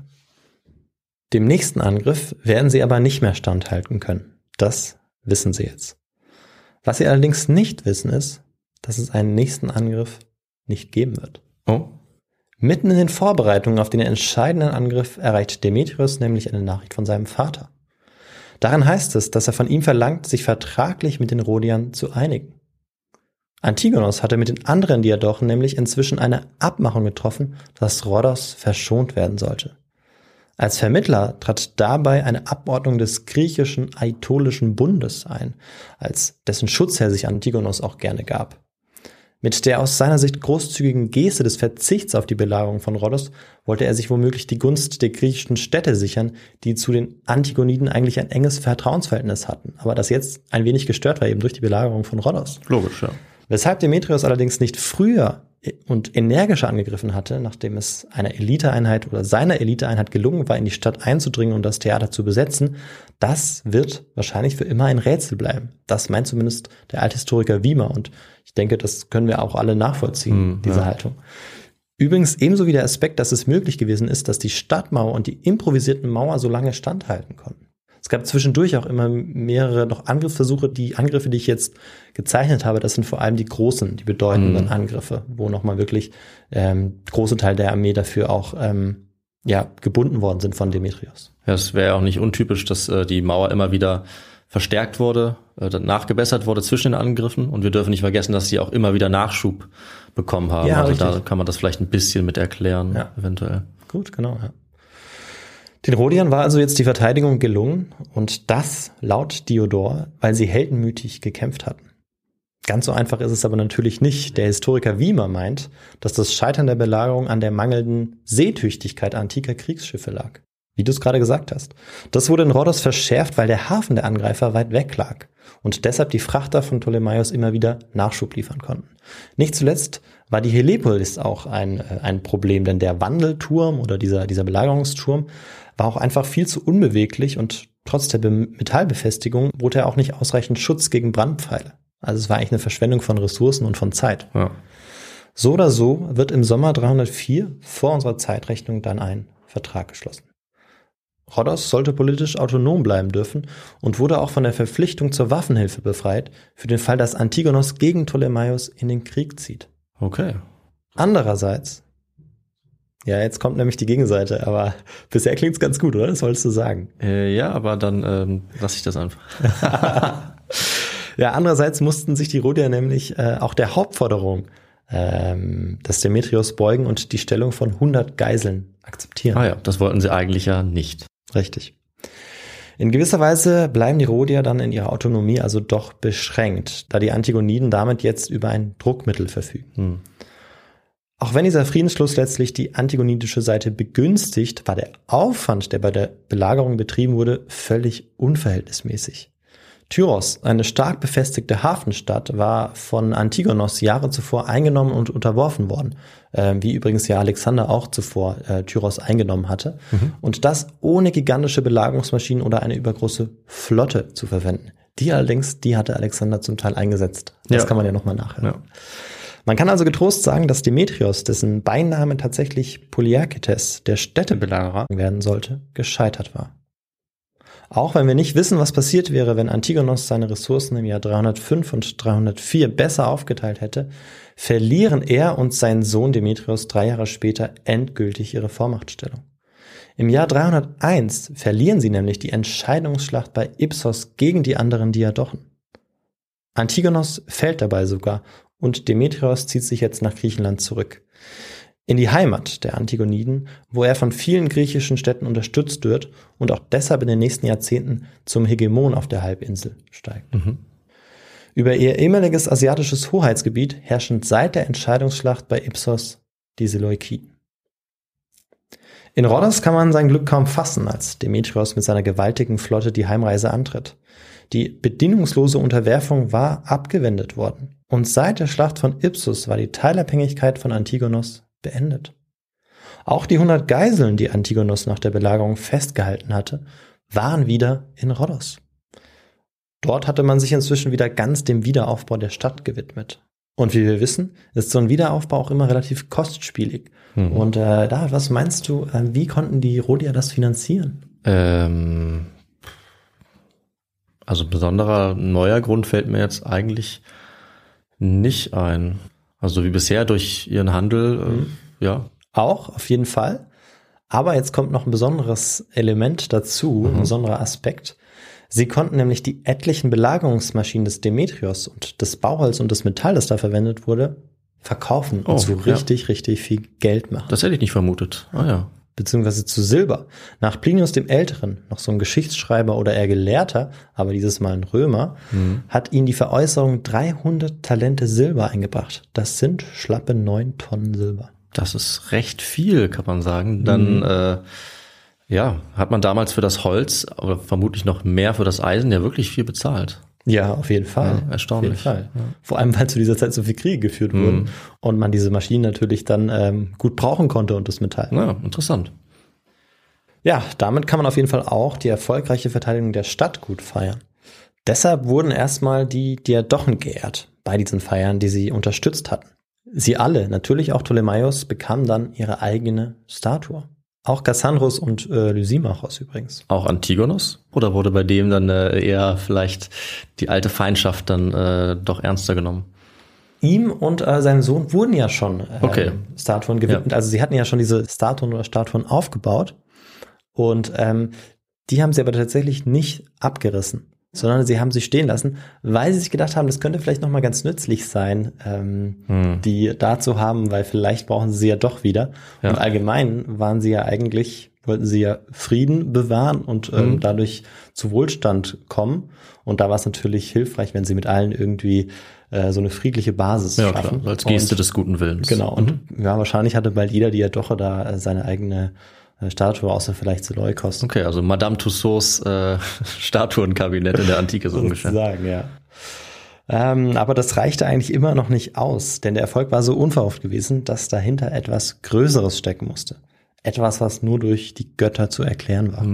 E: Dem nächsten Angriff werden sie aber nicht mehr standhalten können. Das wissen sie jetzt. Was sie allerdings nicht wissen ist, dass es einen nächsten Angriff nicht geben wird. Mitten in den Vorbereitungen auf den entscheidenden Angriff erreicht Demetrios nämlich eine Nachricht von seinem Vater. Darin heißt es, dass er von ihm verlangt, sich vertraglich mit den Rhodiern zu einigen. Antigonos hatte mit den anderen Diadochen nämlich inzwischen eine Abmachung getroffen, dass Rhodos verschont werden sollte. Als Vermittler trat dabei eine Abordnung des griechischen Aetolischen Bundes ein, als dessen Schutzherr sich Antigonos auch gerne gab. Mit der aus seiner Sicht großzügigen Geste des Verzichts auf die Belagerung von Rhodos wollte er sich womöglich die Gunst der griechischen Städte sichern, die zu den Antigoniden eigentlich ein enges Vertrauensverhältnis hatten, aber das jetzt ein wenig gestört war eben durch die Belagerung von Rhodos.
D: Logisch, ja.
E: Weshalb Demetrios allerdings nicht früher und energischer angegriffen hatte, nachdem es einer Eliteeinheit oder seiner Eliteeinheit gelungen war, in die Stadt einzudringen und das Theater zu besetzen, das wird wahrscheinlich für immer ein Rätsel bleiben. Das meint zumindest der Althistoriker Wiemer und ich denke, das können wir auch alle nachvollziehen, diese Haltung. Übrigens ebenso wie der Aspekt, dass es möglich gewesen ist, dass die Stadtmauer und die improvisierten Mauer so lange standhalten konnten. Es gab zwischendurch auch immer mehrere noch Angriffsversuche. Die Angriffe, die ich jetzt gezeichnet habe, das sind vor allem die großen, die bedeutenden Angriffe, wo nochmal wirklich große Teile der Armee dafür auch gebunden worden sind von Demetrios.
D: Ja, es wäre auch nicht untypisch, dass die Mauer immer wieder verstärkt wurde, nachgebessert wurde zwischen den Angriffen und wir dürfen nicht vergessen, dass sie auch immer wieder Nachschub bekommen haben.
E: Ja,
D: also
E: richtig.
D: Da kann man das vielleicht ein bisschen mit erklären, eventuell.
E: Gut, genau, ja. Den Rhodiern war also jetzt die Verteidigung gelungen und das laut Diodor, weil sie heldenmütig gekämpft hatten. Ganz so einfach ist es aber natürlich nicht. Der Historiker Wiemer meint, dass das Scheitern der Belagerung an der mangelnden Seetüchtigkeit antiker Kriegsschiffe lag. Wie du es gerade gesagt hast. Das wurde in Rhodos verschärft, weil der Hafen der Angreifer weit weg lag und deshalb die Frachter von Ptolemaios immer wieder Nachschub liefern konnten. Nicht zuletzt war die Helepolis auch ein Problem, denn der Wandelturm oder dieser Belagerungsturm war auch einfach viel zu unbeweglich und trotz der Metallbefestigung bot er auch nicht ausreichend Schutz gegen Brandpfeile. Also es war eigentlich eine Verschwendung von Ressourcen und von Zeit.
D: Ja.
E: So oder so wird im Sommer 304 vor unserer Zeitrechnung dann ein Vertrag geschlossen. Rhodos sollte politisch autonom bleiben dürfen und wurde auch von der Verpflichtung zur Waffenhilfe befreit, für den Fall, dass Antigonos gegen Ptolemaios in den Krieg zieht.
D: Okay.
E: Andererseits, ja, jetzt kommt nämlich die Gegenseite, aber bisher klingt's ganz gut, oder? Das wolltest du sagen.
D: Ja, aber dann lasse ich das einfach.
E: Ja, andererseits mussten sich die Rhodier nämlich auch der Hauptforderung des Demetrios beugen und die Stellung von 100 Geiseln akzeptieren.
D: Ah ja, das wollten sie eigentlich ja nicht.
E: Richtig. In gewisser Weise bleiben die Rhodier dann in ihrer Autonomie also doch beschränkt, da die Antigoniden damit jetzt über ein Druckmittel verfügen. Auch wenn dieser Friedensschluss letztlich die antigonidische Seite begünstigt, war der Aufwand, der bei der Belagerung betrieben wurde, völlig unverhältnismäßig. Tyros, eine stark befestigte Hafenstadt, war von Antigonos Jahre zuvor eingenommen und unterworfen worden, wie übrigens ja Alexander auch zuvor Tyros eingenommen hatte, und das ohne gigantische Belagerungsmaschinen oder eine übergroße Flotte zu verwenden. Die allerdings, die hatte Alexander zum Teil eingesetzt. Das kann man ja nochmal nachhören. Ja. Man kann also getrost sagen, dass Demetrios, dessen Beiname tatsächlich Polyarketes, der Städtebelagerer werden sollte, gescheitert war. Auch wenn wir nicht wissen, was passiert wäre, wenn Antigonos seine Ressourcen im Jahr 305 und 304 besser aufgeteilt hätte, verlieren er und sein Sohn Demetrios 3 Jahre später endgültig ihre Vormachtstellung. Im Jahr 301 verlieren sie nämlich die Entscheidungsschlacht bei Ipsos gegen die anderen Diadochen. Antigonos fällt dabei sogar und Demetrios zieht sich jetzt nach Griechenland zurück. In die Heimat der Antigoniden, wo er von vielen griechischen Städten unterstützt wird und auch deshalb in den nächsten Jahrzehnten zum Hegemon auf der Halbinsel steigt. Über ihr ehemaliges asiatisches Hoheitsgebiet herrschen seit der Entscheidungsschlacht bei Ipsos die Seleukiden. In Rhodos kann man sein Glück kaum fassen, als Demetrios mit seiner gewaltigen Flotte die Heimreise antritt. Die bedingungslose Unterwerfung war abgewendet worden. Und seit der Schlacht von Ipsus war die Teilabhängigkeit von Antigonos beendet. Auch die 100 Geiseln, die Antigonos nach der Belagerung festgehalten hatte, waren wieder in Rhodos. Dort hatte man sich inzwischen wieder ganz dem Wiederaufbau der Stadt gewidmet. Und wie wir wissen, ist so ein Wiederaufbau auch immer relativ kostspielig. Und was meinst du, wie konnten die Rhodier das finanzieren?
D: Also besonderer neuer Grund fällt mir jetzt eigentlich nicht ein. Also wie bisher durch ihren Handel, ja.
E: Auch, auf jeden Fall. Aber jetzt kommt noch ein besonderes Element dazu, ein besonderer Aspekt. Sie konnten nämlich die etlichen Belagerungsmaschinen des Demetrios und das Bauholz und das Metall, das da verwendet wurde, verkaufen und zu richtig viel Geld machen.
D: Das hätte ich nicht vermutet. Ah ja.
E: Beziehungsweise zu Silber. Nach Plinius dem Älteren, noch so ein Geschichtsschreiber oder eher Gelehrter, aber dieses Mal ein Römer, hat ihnen die Veräußerung 300 Talente Silber eingebracht. Das sind schlappe 9 Tonnen Silber.
D: Das ist recht viel, kann man sagen. Dann hat man damals für das Holz, aber vermutlich noch mehr für das Eisen, ja wirklich viel bezahlt.
E: Ja, auf jeden Fall.
D: Ja, erstaunlich.
E: Auf jeden Fall. Ja. Vor allem, weil zu dieser Zeit so viele Kriege geführt wurden und man diese Maschinen natürlich dann gut brauchen konnte und das Metall.
D: Ja, interessant.
E: Ja, damit kann man auf jeden Fall auch die erfolgreiche Verteidigung der Stadt gut feiern. Deshalb wurden erstmal die Diadochen geehrt bei diesen Feiern, die sie unterstützt hatten. Sie alle, natürlich auch Ptolemaios, bekamen dann ihre eigene Statue. Auch Kassandros und Lysimachos übrigens.
D: Auch Antigonos? Oder wurde bei dem dann eher vielleicht die alte Feindschaft dann doch ernster genommen?
E: Ihm und seinem Sohn wurden ja schon Statuen gewidmet. Ja. Also sie hatten ja schon diese Statuen oder Statuen aufgebaut. Und die haben sie aber tatsächlich nicht abgerissen, sondern sie haben sie stehen lassen, weil sie sich gedacht haben, das könnte vielleicht nochmal ganz nützlich sein, die da zu haben, weil vielleicht brauchen sie ja doch wieder. Ja. Und allgemein wollten sie ja Frieden bewahren und dadurch zu Wohlstand kommen. Und da war es natürlich hilfreich, wenn sie mit allen irgendwie so eine friedliche Basis schaffen.
D: Klar, als Geste des guten Willens.
E: Genau. Und wahrscheinlich hatte bald jeder Diadoche da seine eigene Statue, außer vielleicht Seleukos.
D: Okay, also Madame Tussauds Statuenkabinett in der Antike so ungefähr.
E: Sozusagen, ja. Aber das reichte eigentlich immer noch nicht aus, denn der Erfolg war so unverhofft gewesen, dass dahinter etwas Größeres stecken musste. Etwas, was nur durch die Götter zu erklären war.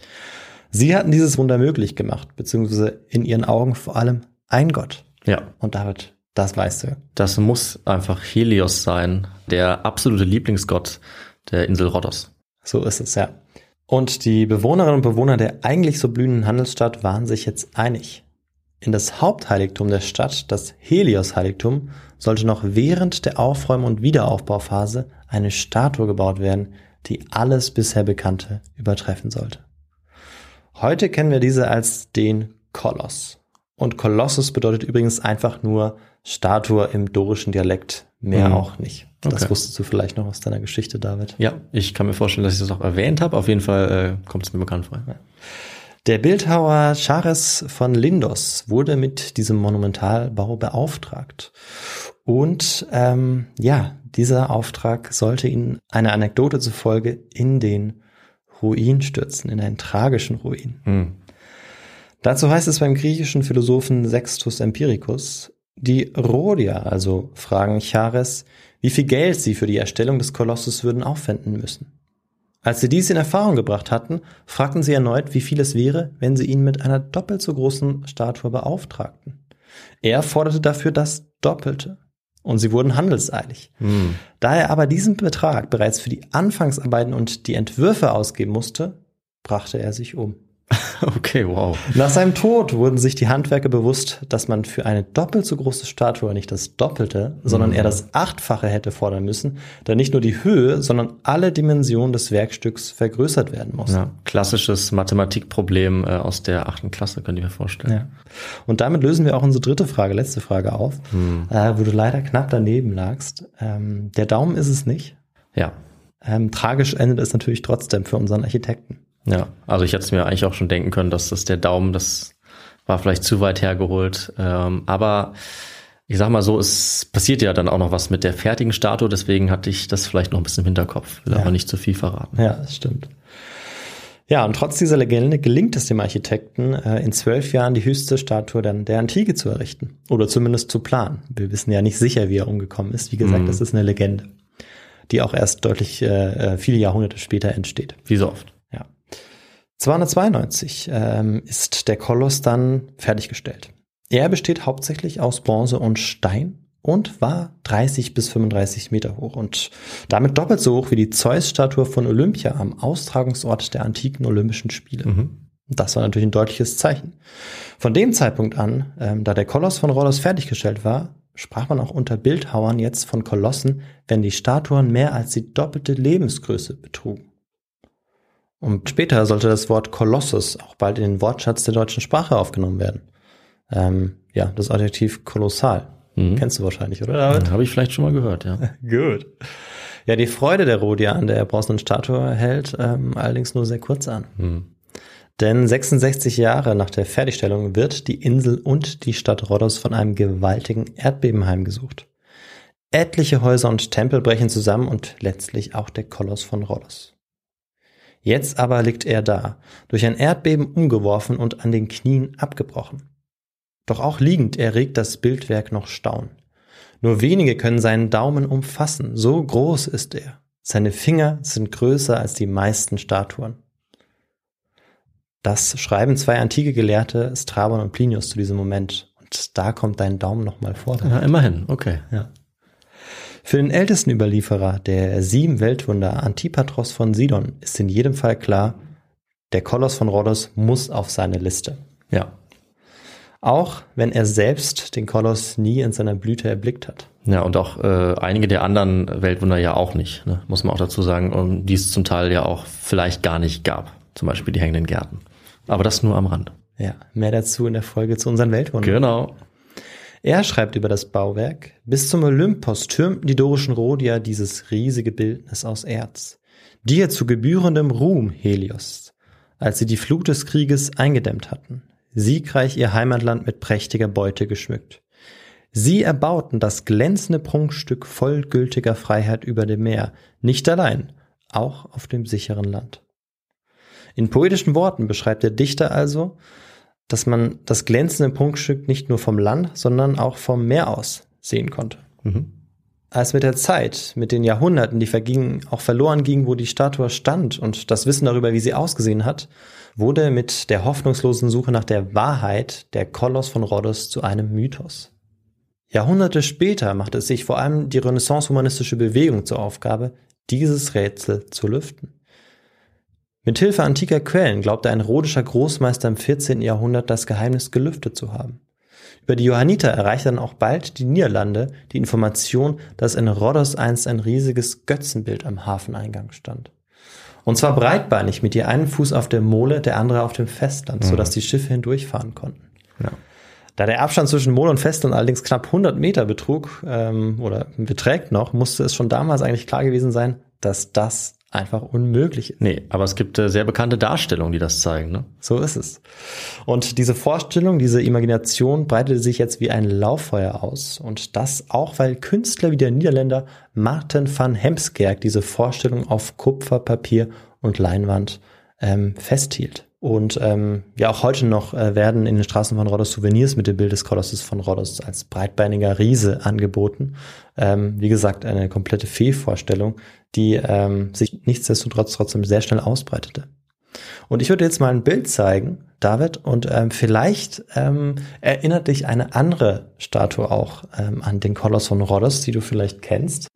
E: Sie hatten dieses Wunder möglich gemacht, beziehungsweise in ihren Augen vor allem ein Gott.
D: Ja.
E: Und David, das weißt du.
D: Das muss einfach Helios sein, der absolute Lieblingsgott der Insel Rhodos.
E: So ist es, ja. Und die Bewohnerinnen und Bewohner der eigentlich so blühenden Handelsstadt waren sich jetzt einig. In das Hauptheiligtum der Stadt, das Helios-Heiligtum, sollte noch während der Aufräum- und Wiederaufbauphase eine Statue gebaut werden, die alles bisher Bekannte übertreffen sollte. Heute kennen wir diese als den Koloss. Und Kolossus bedeutet übrigens einfach nur Statue im dorischen Dialekt, mehr auch nicht. Das wusstest du vielleicht noch aus deiner Geschichte, David.
D: Ja, ich kann mir vorstellen, dass ich das auch erwähnt habe. Auf jeden Fall kommt es mir bekannt vor. Ja.
E: Der Bildhauer Chares von Lindos wurde mit diesem Monumentalbau beauftragt. Und dieser Auftrag sollte ihn einer Anekdote zufolge in den Ruin stürzen, in einen tragischen Ruin. Dazu heißt es beim griechischen Philosophen Sextus Empiricus: Die Rhodier also fragen Chares, wie viel Geld sie für die Erstellung des Kolossus würden aufwenden müssen. Als sie dies in Erfahrung gebracht hatten, fragten sie erneut, wie viel es wäre, wenn sie ihn mit einer doppelt so großen Statue beauftragten. Er forderte dafür das Doppelte. Und sie wurden handelseilig. Da er aber diesen Betrag bereits für die Anfangsarbeiten und die Entwürfe ausgeben musste, brachte er sich um.
D: Okay, wow.
E: Nach seinem Tod wurden sich die Handwerker bewusst, dass man für eine doppelt so große Statue nicht das Doppelte, sondern eher das 8-fache hätte fordern müssen, da nicht nur die Höhe, sondern alle Dimensionen des Werkstücks vergrößert werden mussten.
D: Ja, klassisches Mathematikproblem aus der 8. Klasse, könnt ihr mir vorstellen.
E: Ja. Und damit lösen wir auch unsere letzte Frage auf, wo du leider knapp daneben lagst. Der Daumen ist es nicht.
D: Ja.
E: Tragisch endet es natürlich trotzdem für unseren Architekten.
D: Ja, also ich hätte es mir eigentlich auch schon denken können, dass das der Daumen, das war vielleicht zu weit hergeholt. Aber ich sag mal so, es passiert ja dann auch noch was mit der fertigen Statue, deswegen hatte ich das vielleicht noch ein bisschen im Hinterkopf. Will aber nicht zu viel verraten.
E: Ja, das stimmt. Ja, und trotz dieser Legende gelingt es dem Architekten, in 12 Jahren die höchste Statue dann der Antike zu errichten. Oder zumindest zu planen. Wir wissen ja nicht sicher, wie er umgekommen ist. Wie gesagt, das ist eine Legende, die auch erst deutlich viele Jahrhunderte später entsteht.
D: Wie so oft.
E: 292 ist der Koloss dann fertiggestellt. Er besteht hauptsächlich aus Bronze und Stein und war 30 bis 35 Meter hoch und damit doppelt so hoch wie die Zeus-Statue von Olympia am Austragungsort der antiken Olympischen Spiele. Das war natürlich ein deutliches Zeichen. Von dem Zeitpunkt an, da der Koloss von Rhodos fertiggestellt war, sprach man auch unter Bildhauern jetzt von Kolossen, wenn die Statuen mehr als die doppelte Lebensgröße betrugen. Und später sollte das Wort Kolossus auch bald in den Wortschatz der deutschen Sprache aufgenommen werden. Das Adjektiv kolossal. Kennst du wahrscheinlich, oder David?
D: Habe ich vielleicht schon mal gehört, ja.
E: Gut. Ja, die Freude der Rhodier an der bronzenen Statue hält allerdings nur sehr kurz an. Denn 66 Jahre nach der Fertigstellung wird die Insel und die Stadt Rhodos von einem gewaltigen Erdbeben heimgesucht. Etliche Häuser und Tempel brechen zusammen und letztlich auch der Koloss von Rhodos. Jetzt aber liegt er da, durch ein Erdbeben umgeworfen und an den Knien abgebrochen. Doch auch liegend erregt das Bildwerk noch Staunen. Nur wenige können seinen Daumen umfassen, so groß ist er. Seine Finger sind größer als die meisten Statuen. Das schreiben zwei antike Gelehrte, Strabon und Plinius, zu diesem Moment. Und da kommt dein Daumen nochmal vor.
D: Ja, immerhin, okay.
E: Ja. Für den ältesten Überlieferer der 7 Weltwunder, Antipatros von Sidon, ist in jedem Fall klar, der Koloss von Rhodos muss auf seine Liste.
D: Ja.
E: Auch wenn er selbst den Koloss nie in seiner Blüte erblickt hat.
D: Ja, und auch einige der anderen Weltwunder ja auch nicht, ne? Muss man auch dazu sagen, die es zum Teil ja auch vielleicht gar nicht gab. Zum Beispiel die hängenden Gärten. Aber das nur am Rand.
E: Ja, mehr dazu in der Folge zu unseren Weltwundern.
D: Genau.
E: Er schreibt über das Bauwerk: Bis zum Olympos türmten die dorischen Rhodier dieses riesige Bildnis aus Erz. Dir zu gebührendem Ruhm, Helios, als sie die Flut des Krieges eingedämmt hatten. Siegreich ihr Heimatland mit prächtiger Beute geschmückt. Sie erbauten das glänzende Prunkstück voll gültiger Freiheit über dem Meer, nicht allein, auch auf dem sicheren Land. In poetischen Worten beschreibt der Dichter also, dass man das glänzende Prunkstück nicht nur vom Land, sondern auch vom Meer aus sehen konnte. Als mit der Zeit, mit den Jahrhunderten, die vergingen, auch verloren ging, wo die Statue stand und das Wissen darüber, wie sie ausgesehen hat, wurde mit der hoffnungslosen Suche nach der Wahrheit der Koloss von Rhodos zu einem Mythos. Jahrhunderte später machte es sich vor allem die renaissance-humanistische Bewegung zur Aufgabe, dieses Rätsel zu lüften. Mithilfe antiker Quellen glaubte ein rhodischer Großmeister im 14. Jahrhundert das Geheimnis gelüftet zu haben. Über die Johanniter erreichte dann auch bald die Niederlande die Information, dass in Rhodos einst ein riesiges Götzenbild am Hafeneingang stand. Und zwar breitbeinig, mit je einem Fuß auf der Mole, der andere auf dem Festland, sodass die Schiffe hindurchfahren konnten.
D: Ja.
E: Da der Abstand zwischen Mole und Festland allerdings knapp 100 Meter beträgt noch, musste es schon damals eigentlich klar gewesen sein, dass das einfach unmöglich ist.
D: Nee, aber es gibt sehr bekannte Darstellungen, die das zeigen, ne?
E: So ist es. Und diese Vorstellung, diese Imagination breitete sich jetzt wie ein Lauffeuer aus. Und das auch, weil Künstler wie der Niederländer Marten van Hemskerk diese Vorstellung auf Kupfer, Papier und Leinwand festhielt. Und auch heute noch werden in den Straßen von Rhodos Souvenirs mit dem Bild des Kolosses von Rhodos als breitbeiniger Riese angeboten. Wie gesagt, eine komplette Fehlvorstellung, die sich nichtsdestotrotz trotzdem sehr schnell ausbreitete. Und ich würde jetzt mal ein Bild zeigen, David, und vielleicht erinnert dich eine andere Statue auch an den Koloss von Rhodos, die du vielleicht kennst.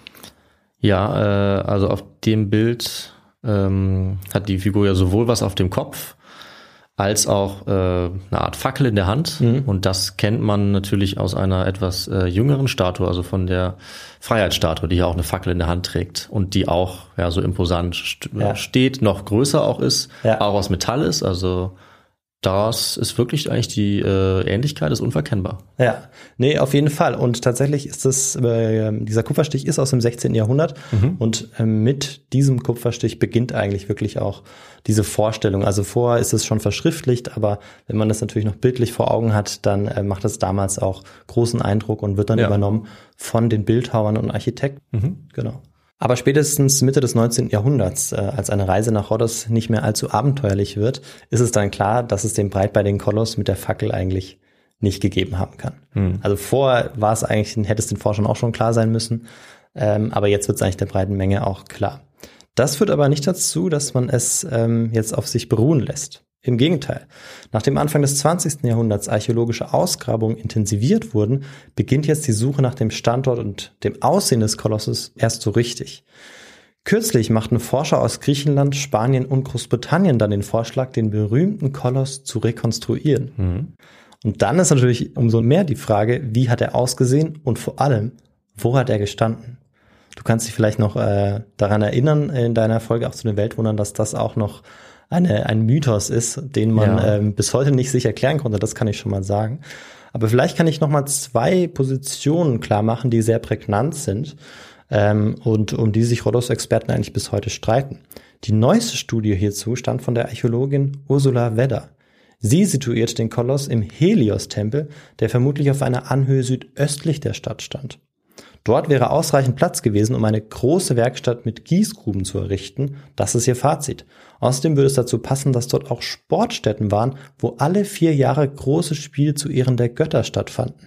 D: Ja, also auf dem Bild hat die Figur ja sowohl was auf dem Kopf als auch eine Art Fackel in der Hand. Und das kennt man natürlich aus einer etwas jüngeren Statue, also von der Freiheitsstatue, die ja auch eine Fackel in der Hand trägt und die auch ja so imposant steht, noch größer auch ist, auch aus Metall ist. Also das ist wirklich eigentlich die Ähnlichkeit ist unverkennbar.
E: Ja, nee, auf jeden Fall. Und tatsächlich ist es, dieser Kupferstich ist aus dem 16. Jahrhundert und mit diesem Kupferstich beginnt eigentlich wirklich auch diese Vorstellung. Also vorher ist es schon verschriftlicht, aber wenn man das natürlich noch bildlich vor Augen hat, dann macht es damals auch großen Eindruck und wird dann übernommen von den Bildhauern und Architekten. Genau. Aber spätestens Mitte des 19. Jahrhunderts, als eine Reise nach Rhodos nicht mehr allzu abenteuerlich wird, ist es dann klar, dass es den breitbeinigen Koloss mit der Fackel eigentlich nicht gegeben haben kann. Also vorher war es eigentlich, hätte es den Forschern auch schon klar sein müssen, aber jetzt wird es eigentlich der breiten Menge auch klar. Das führt aber nicht dazu, dass man es jetzt auf sich beruhen lässt. Im Gegenteil. Nach dem Anfang des 20. Jahrhunderts archäologische Ausgrabungen intensiviert wurden, beginnt jetzt die Suche nach dem Standort und dem Aussehen des Kolosses erst so richtig. Kürzlich machten Forscher aus Griechenland, Spanien und Großbritannien dann den Vorschlag, den berühmten Koloss zu rekonstruieren. Und dann ist natürlich umso mehr die Frage, wie hat er ausgesehen und vor allem, wo hat er gestanden? Du kannst dich vielleicht noch daran erinnern, in deiner Folge auch zu den Weltwundern, dass das auch noch ein Mythos ist, den man bis heute nicht sicher erklären konnte. Das kann ich schon mal sagen. Aber vielleicht kann ich noch mal 2 Positionen klar machen, die sehr prägnant sind und um die sich Rhodos-Experten eigentlich bis heute streiten. Die neueste Studie hierzu stammt von der Archäologin Ursula Wedder. Sie situiert den Koloss im Helios-Tempel, der vermutlich auf einer Anhöhe südöstlich der Stadt stand. Dort wäre ausreichend Platz gewesen, um eine große Werkstatt mit Gießgruben zu errichten. Das ist ihr Fazit. Außerdem würde es dazu passen, dass dort auch Sportstätten waren, wo alle 4 Jahre große Spiele zu Ehren der Götter stattfanden.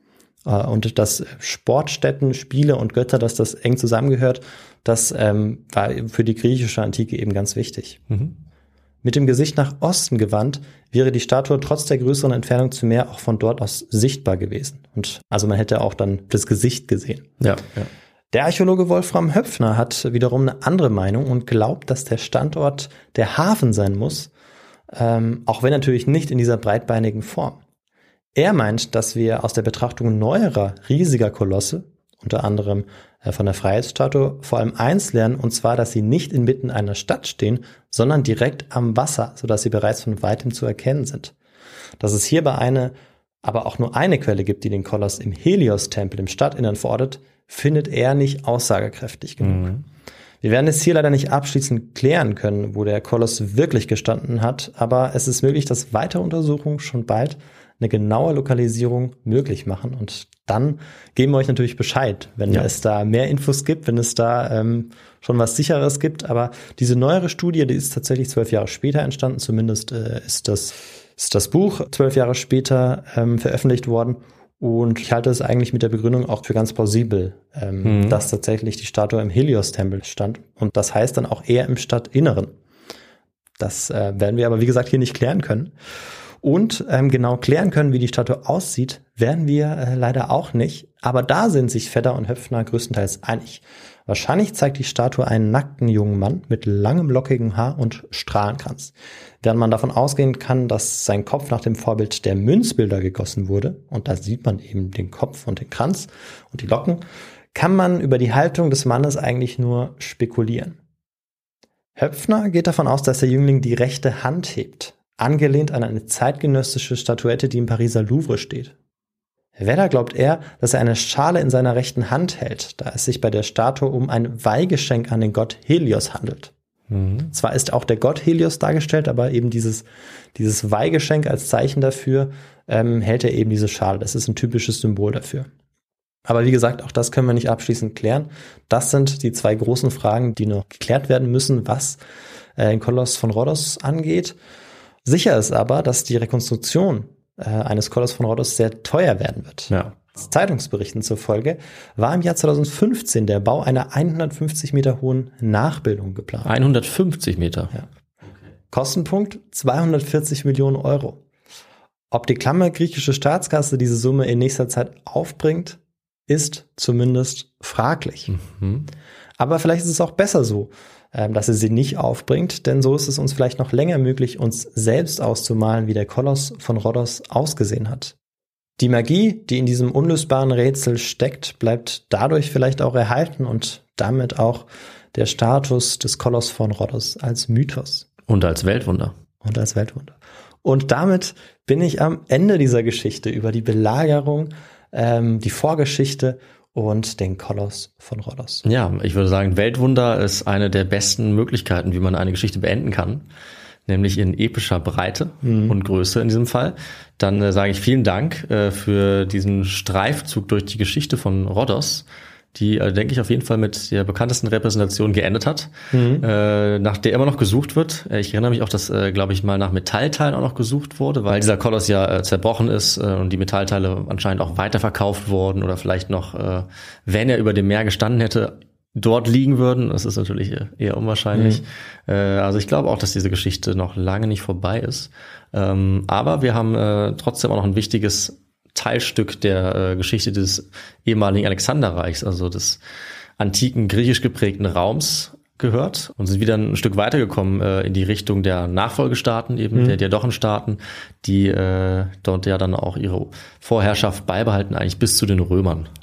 E: Und dass Sportstätten, Spiele und Götter, dass das eng zusammengehört, das war für die griechische Antike eben ganz wichtig. Mhm. Mit dem Gesicht nach Osten gewandt wäre die Statue trotz der größeren Entfernung zum Meer auch von dort aus sichtbar gewesen. Und also man hätte auch dann das Gesicht gesehen. Ja. Der Archäologe Wolfram Höpfner hat wiederum eine andere Meinung und glaubt, dass der Standort der Hafen sein muss, auch wenn natürlich nicht in dieser breitbeinigen Form. Er meint, dass wir aus der Betrachtung neuerer, riesiger Kolosse, unter anderem von der Freiheitsstatue, vor allem eins lernen, und zwar, dass sie nicht inmitten einer Stadt stehen, sondern direkt am Wasser, sodass sie bereits von weitem zu erkennen sind. Dass es hierbei aber auch nur eine Quelle gibt, die den Koloss im Helios-Tempel im Stadtinnern verortet, findet er nicht aussagekräftig genug. Mhm. Wir werden es hier leider nicht abschließend klären können, wo der Koloss wirklich gestanden hat, aber es ist möglich, dass weitere Untersuchungen schon bald eine genaue Lokalisierung möglich machen. Und dann geben wir euch natürlich Bescheid, wenn es da mehr Infos gibt, wenn es da schon was Sicheres gibt. Aber diese neuere Studie, die ist tatsächlich 12 Jahre später entstanden. Zumindest ist das Buch 12 Jahre später veröffentlicht worden. Und ich halte es eigentlich mit der Begründung auch für ganz plausibel, dass tatsächlich die Statue im Helios-Tempel stand. Und das heißt dann auch eher im Stadtinneren. Das werden wir aber, wie gesagt, hier nicht klären können. Und genau klären können, wie die Statue aussieht, werden wir leider auch nicht. Aber da sind sich Vedder und Höpfner größtenteils einig. Wahrscheinlich zeigt die Statue einen nackten jungen Mann mit langem, lockigem Haar und Strahlenkranz. Während man davon ausgehen kann, dass sein Kopf nach dem Vorbild der Münzbilder gegossen wurde, und da sieht man eben den Kopf und den Kranz und die Locken, kann man über die Haltung des Mannes eigentlich nur spekulieren. Höpfner geht davon aus, dass der Jüngling die rechte Hand hebt, angelehnt an eine zeitgenössische Statuette, die im Pariser Louvre steht. Vedder glaubt er, dass er eine Schale in seiner rechten Hand hält, da es sich bei der Statue um ein Weihgeschenk an den Gott Helios handelt. Mhm. Zwar ist auch der Gott Helios dargestellt, aber eben dieses Weihgeschenk als Zeichen dafür hält er eben diese Schale. Das ist ein typisches Symbol dafür. Aber wie gesagt, auch das können wir nicht abschließend klären. Das sind die 2 großen Fragen, die noch geklärt werden müssen, was den Koloss von Rhodos angeht. Sicher ist aber, dass die Rekonstruktion eines Koloss von Rhodos sehr teuer werden wird. Ja. Zeitungsberichten zufolge war im Jahr 2015 der Bau einer 150 Meter hohen Nachbildung geplant.
D: 150 Meter?
E: Ja. Okay. Kostenpunkt 240 Millionen Euro. Ob die klamme griechische Staatskasse diese Summe in nächster Zeit aufbringt, ist zumindest fraglich. Mhm. Aber vielleicht ist es auch besser so, dass sie nicht aufbringt, denn so ist es uns vielleicht noch länger möglich, uns selbst auszumalen, wie der Koloss von Rhodos ausgesehen hat. Die Magie, die in diesem unlösbaren Rätsel steckt, bleibt dadurch vielleicht auch erhalten und damit auch der Status des Koloss von Rhodos als Mythos.
D: Und als Weltwunder.
E: Und damit bin ich am Ende dieser Geschichte über die Belagerung, die Vorgeschichte und den Koloss von Rhodos.
D: Ja, ich würde sagen, Weltwunder ist eine der besten Möglichkeiten, wie man eine Geschichte beenden kann, nämlich in epischer Breite und Größe in diesem Fall. Dann sage ich vielen Dank für diesen Streifzug durch die Geschichte von Rhodos, die, denke ich, auf jeden Fall mit der bekanntesten Repräsentation geendet hat, nach der immer noch gesucht wird. Ich erinnere mich auch, dass, glaube ich, mal nach Metallteilen auch noch gesucht wurde, weil dieser Koloss ja zerbrochen ist und die Metallteile anscheinend auch weiterverkauft wurden oder vielleicht noch, wenn er über dem Meer gestanden hätte, dort liegen würden. Das ist natürlich eher unwahrscheinlich. Also ich glaube auch, dass diese Geschichte noch lange nicht vorbei ist. Aber wir haben trotzdem auch noch ein wichtiges Teilstück der Geschichte des ehemaligen Alexanderreichs, also des antiken griechisch geprägten Raums gehört und sind wieder ein Stück weitergekommen in die Richtung der Nachfolgestaaten, eben der Diadochenstaaten, die dort ja dann auch ihre Vorherrschaft beibehalten, eigentlich bis zu den Römern.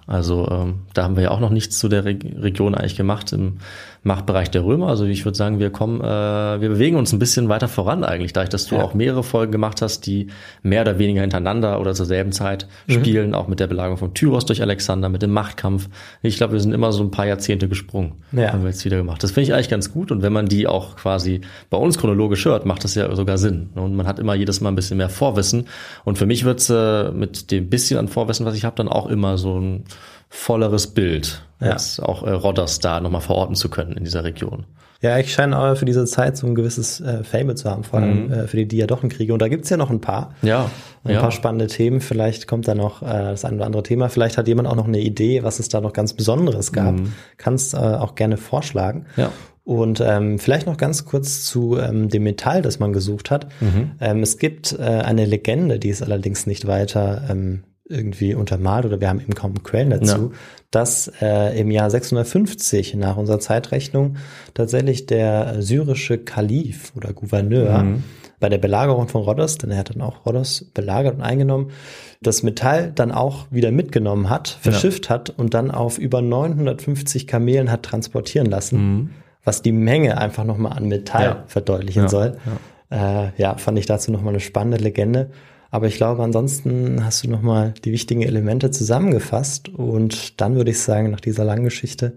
D: Also da haben wir ja auch noch nichts zu der Region eigentlich gemacht im Machtbereich der Römer. Also ich würde sagen, wir bewegen uns ein bisschen weiter voran eigentlich, dadurch, dass du auch mehrere Folgen gemacht hast, die mehr oder weniger hintereinander oder zur selben Zeit spielen, auch mit der Belagerung von Tyros durch Alexander, mit dem Machtkampf. Ich glaube, wir sind immer so ein paar Jahrzehnte gesprungen, haben wir jetzt wieder gemacht. Das finde ich eigentlich ganz gut, und wenn man die auch quasi bei uns chronologisch hört, macht das ja sogar Sinn. Und man hat immer jedes Mal ein bisschen mehr Vorwissen, und für mich wird's mit dem bisschen an Vorwissen, was ich habe, dann auch immer so ein volleres Bild, als auch Rhodos da nochmal verorten zu können in dieser Region.
E: Ja, ich scheine aber für diese Zeit so ein gewisses Fable zu haben, vor allem für die Diadochenkriege. Und da gibt's ja noch ein paar. Ein paar spannende Themen. Vielleicht kommt da noch das ein oder andere Thema. Vielleicht hat jemand auch noch eine Idee, was es da noch ganz Besonderes gab. Kannst auch gerne vorschlagen. Ja. Und vielleicht noch ganz kurz zu dem Metall, das man gesucht hat. Es gibt eine Legende, die ist allerdings nicht weiter irgendwie untermalt, oder wir haben eben kaum Quellen dazu, dass im Jahr 650 nach unserer Zeitrechnung tatsächlich der syrische Kalif oder Gouverneur bei der Belagerung von Rhodos, denn er hat dann auch Rhodos belagert und eingenommen, das Metall dann auch wieder mitgenommen hat, verschifft hat und dann auf über 950 Kamelen hat transportieren lassen, was die Menge einfach nochmal an Metall verdeutlichen soll. Fand ich dazu nochmal eine spannende Legende. Aber ich glaube, ansonsten hast du nochmal die wichtigen Elemente zusammengefasst. Und dann würde ich sagen, nach dieser langen Geschichte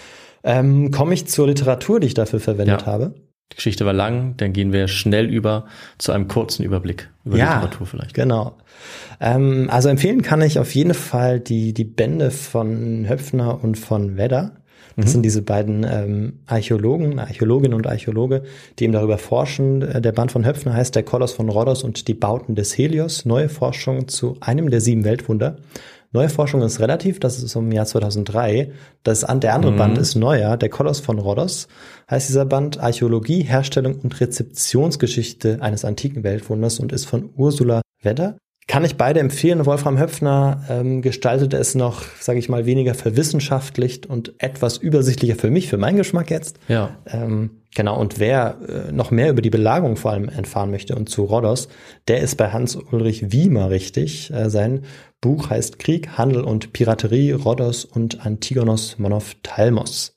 E: komme ich zur Literatur, die ich dafür verwendet habe.
D: Die Geschichte war lang, dann gehen wir schnell über zu einem kurzen Überblick über Literatur vielleicht.
E: Genau. Also empfehlen kann ich auf jeden Fall die Bände von Höpfner und von Wedder. Das sind diese beiden Archäologinnen und Archäologe, die eben darüber forschen. Der Band von Höpfner heißt Der Koloss von Rhodos und die Bauten des Helios. Neue Forschung zu einem der 7 Weltwunder. Neue Forschung ist relativ, das ist im Jahr 2003. Der andere Band ist neuer. Der Koloss von Rhodos heißt dieser Band Archäologie, Herstellung und Rezeptionsgeschichte eines antiken Weltwunders und ist von Ursula Wedder. Kann ich beide empfehlen. Wolfram Höpfner gestaltete es noch, sage ich mal, weniger verwissenschaftlicht und etwas übersichtlicher für mich, für meinen Geschmack jetzt. Ja. Genau, und wer noch mehr über die Belagerung vor allem erfahren möchte und zu Rhodos, der ist bei Hans-Ulrich Wiemer richtig. Sein Buch heißt Krieg, Handel und Piraterie, Rhodos und Antigonos Monophthalmos.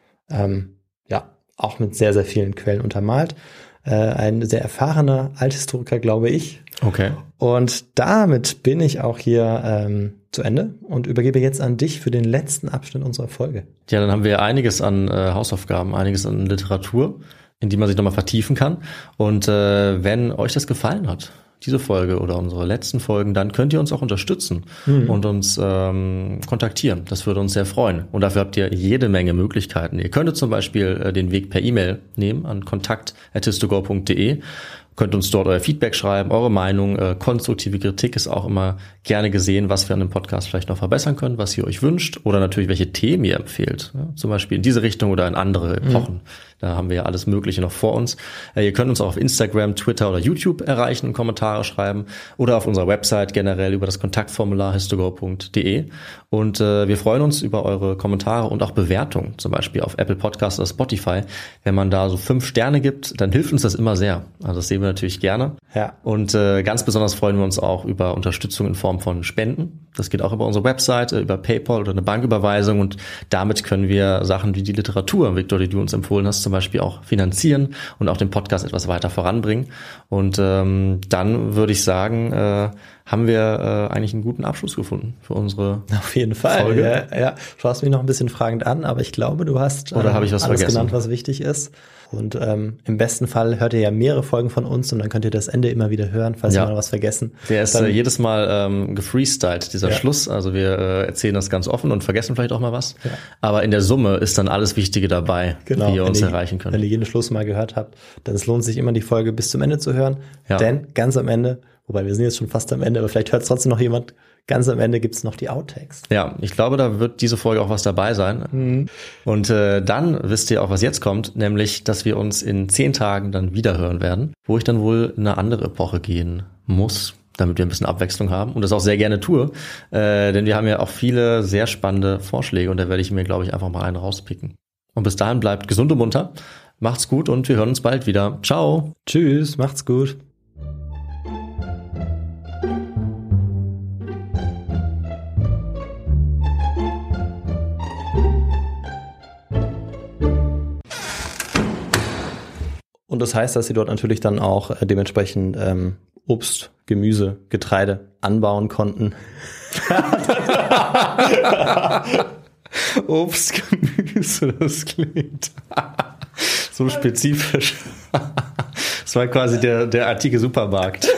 E: Auch mit sehr, sehr vielen Quellen untermalt. Ein sehr erfahrener Althistoriker, glaube ich.
D: Okay.
E: Und damit bin ich auch hier zu Ende und übergebe jetzt an dich für den letzten Abschnitt unserer Folge.
D: Ja, dann haben wir einiges an Hausaufgaben, einiges an Literatur, in die man sich nochmal vertiefen kann. Und wenn euch das gefallen hat, diese Folge oder unsere letzten Folgen, dann könnt ihr uns auch unterstützen und uns kontaktieren. Das würde uns sehr freuen. Und dafür habt ihr jede Menge Möglichkeiten. Ihr könntet zum Beispiel den Weg per E-Mail nehmen an kontakt@histogor.de. Könnt uns dort euer Feedback schreiben, eure Meinung, konstruktive Kritik ist auch immer gerne gesehen, was wir an dem Podcast vielleicht noch verbessern können, was ihr euch wünscht oder natürlich welche Themen ihr empfehlt, ja, zum Beispiel in diese Richtung oder in andere Epochen. Da haben wir ja alles Mögliche noch vor uns. Ihr könnt uns auch auf Instagram, Twitter oder YouTube erreichen und Kommentare schreiben oder auf unserer Website generell über das Kontaktformular histogor.de. Und wir freuen uns über eure Kommentare und auch Bewertungen, zum Beispiel auf Apple Podcasts oder Spotify. Wenn man da so 5 Sterne gibt, dann hilft uns das immer sehr. Also das sehen wir natürlich gerne.
E: Ja.
D: Und ganz besonders freuen wir uns auch über Unterstützung in Form von Spenden. Das geht auch über unsere Website, über PayPal oder eine Banküberweisung. Und damit können wir Sachen wie die Literatur, Victor, die du uns empfohlen hast, zum Beispiel auch finanzieren und auch den Podcast etwas weiter voranbringen. Und dann würde ich sagen, haben wir eigentlich einen guten Abschluss gefunden für unsere
E: Auf jeden Fall.
D: Folge.
E: Ja. Schaust mich noch ein bisschen fragend an, aber ich glaube, du hast
D: Oder habe ich was
E: alles
D: vergessen?
E: genannt, was wichtig ist. Und im besten Fall hört ihr ja mehrere Folgen von uns und dann könnt ihr das Ende immer wieder hören, falls wir mal was vergessen.
D: Der ist jedes Mal gefreestylt, dieser Schluss. Also wir erzählen das ganz offen und vergessen vielleicht auch mal was. Ja. Aber in der Summe ist dann alles Wichtige dabei, wie ihr uns erreichen könnt.
E: Wenn ihr jeden Schluss mal gehört habt, dann es lohnt sich immer, die Folge bis zum Ende zu hören. Ja. Denn ganz am Ende, wobei wir sind jetzt schon fast am Ende, aber vielleicht hört es trotzdem noch jemand, ganz am Ende gibt's noch die Outtakes.
D: Ja, ich glaube, da wird diese Folge auch was dabei sein. Und dann wisst ihr auch, was jetzt kommt, nämlich, dass wir uns in 10 Tagen dann wieder hören werden, wo ich dann wohl in eine andere Epoche gehen muss, damit wir ein bisschen Abwechslung haben und das auch sehr gerne tue, denn wir haben ja auch viele sehr spannende Vorschläge und da werde ich mir, glaube ich, einfach mal einen rauspicken. Und bis dahin bleibt gesund und munter, macht's gut und wir hören uns bald wieder. Ciao.
E: Tschüss, macht's gut. Und das heißt, dass sie dort natürlich dann auch dementsprechend Obst, Gemüse, Getreide anbauen konnten.
D: Obst, Gemüse, das klingt so spezifisch. Das war quasi der antike Supermarkt.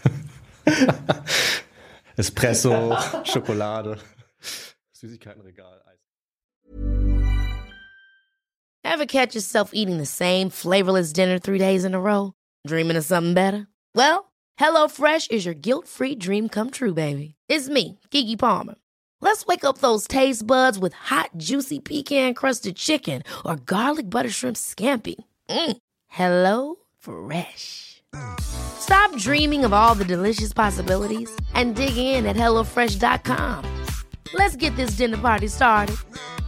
D: Espresso, Schokolade, Süßigkeitenregal, Eis.
F: Ever catch yourself eating the same flavorless dinner 3 days in a row? Dreaming of something better? Well, HelloFresh is your guilt-free dream come true, baby. It's me, Keke Palmer. Let's wake up those taste buds with hot, juicy pecan-crusted chicken or garlic butter shrimp scampi. Hello Fresh. Stop dreaming of all the delicious possibilities and dig in at HelloFresh.com. Let's get this dinner party started.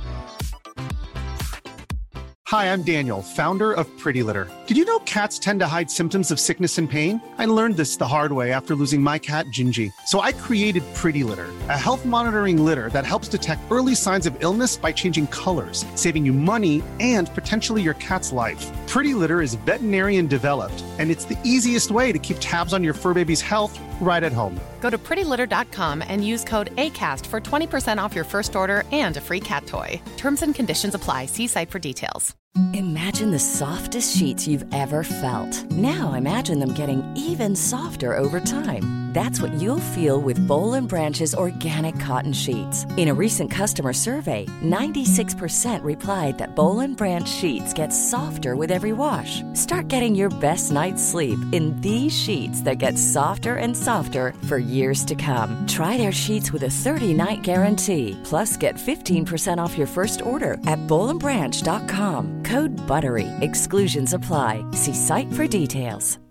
G: Hi, I'm Daniel, founder of Pretty Litter. Did you know cats tend to hide symptoms of sickness and pain? I learned this the hard way after losing my cat, Gingy. So I created Pretty Litter, a health monitoring litter that helps detect early signs of illness by changing colors, saving you money and potentially your cat's life. Pretty Litter is veterinarian developed, and it's the easiest way to keep tabs on your fur baby's health right at home.
H: Go to prettylitter.com and use code ACAST for 20% off your first order and a free cat toy. Terms and conditions apply. See site for details.
I: Imagine the softest sheets you've ever felt. Now imagine them getting even softer over time. That's what you'll feel with Boll & Branch's organic cotton sheets. In a recent customer survey, 96% replied that Boll & Branch sheets get softer with every wash. Start getting your best night's sleep in these sheets that get softer and softer for years to come. Try their sheets with a 30-night guarantee. Plus, get 15% off your first order at bollandbranch.com. Code BUTTERY. Exclusions apply. See site for details.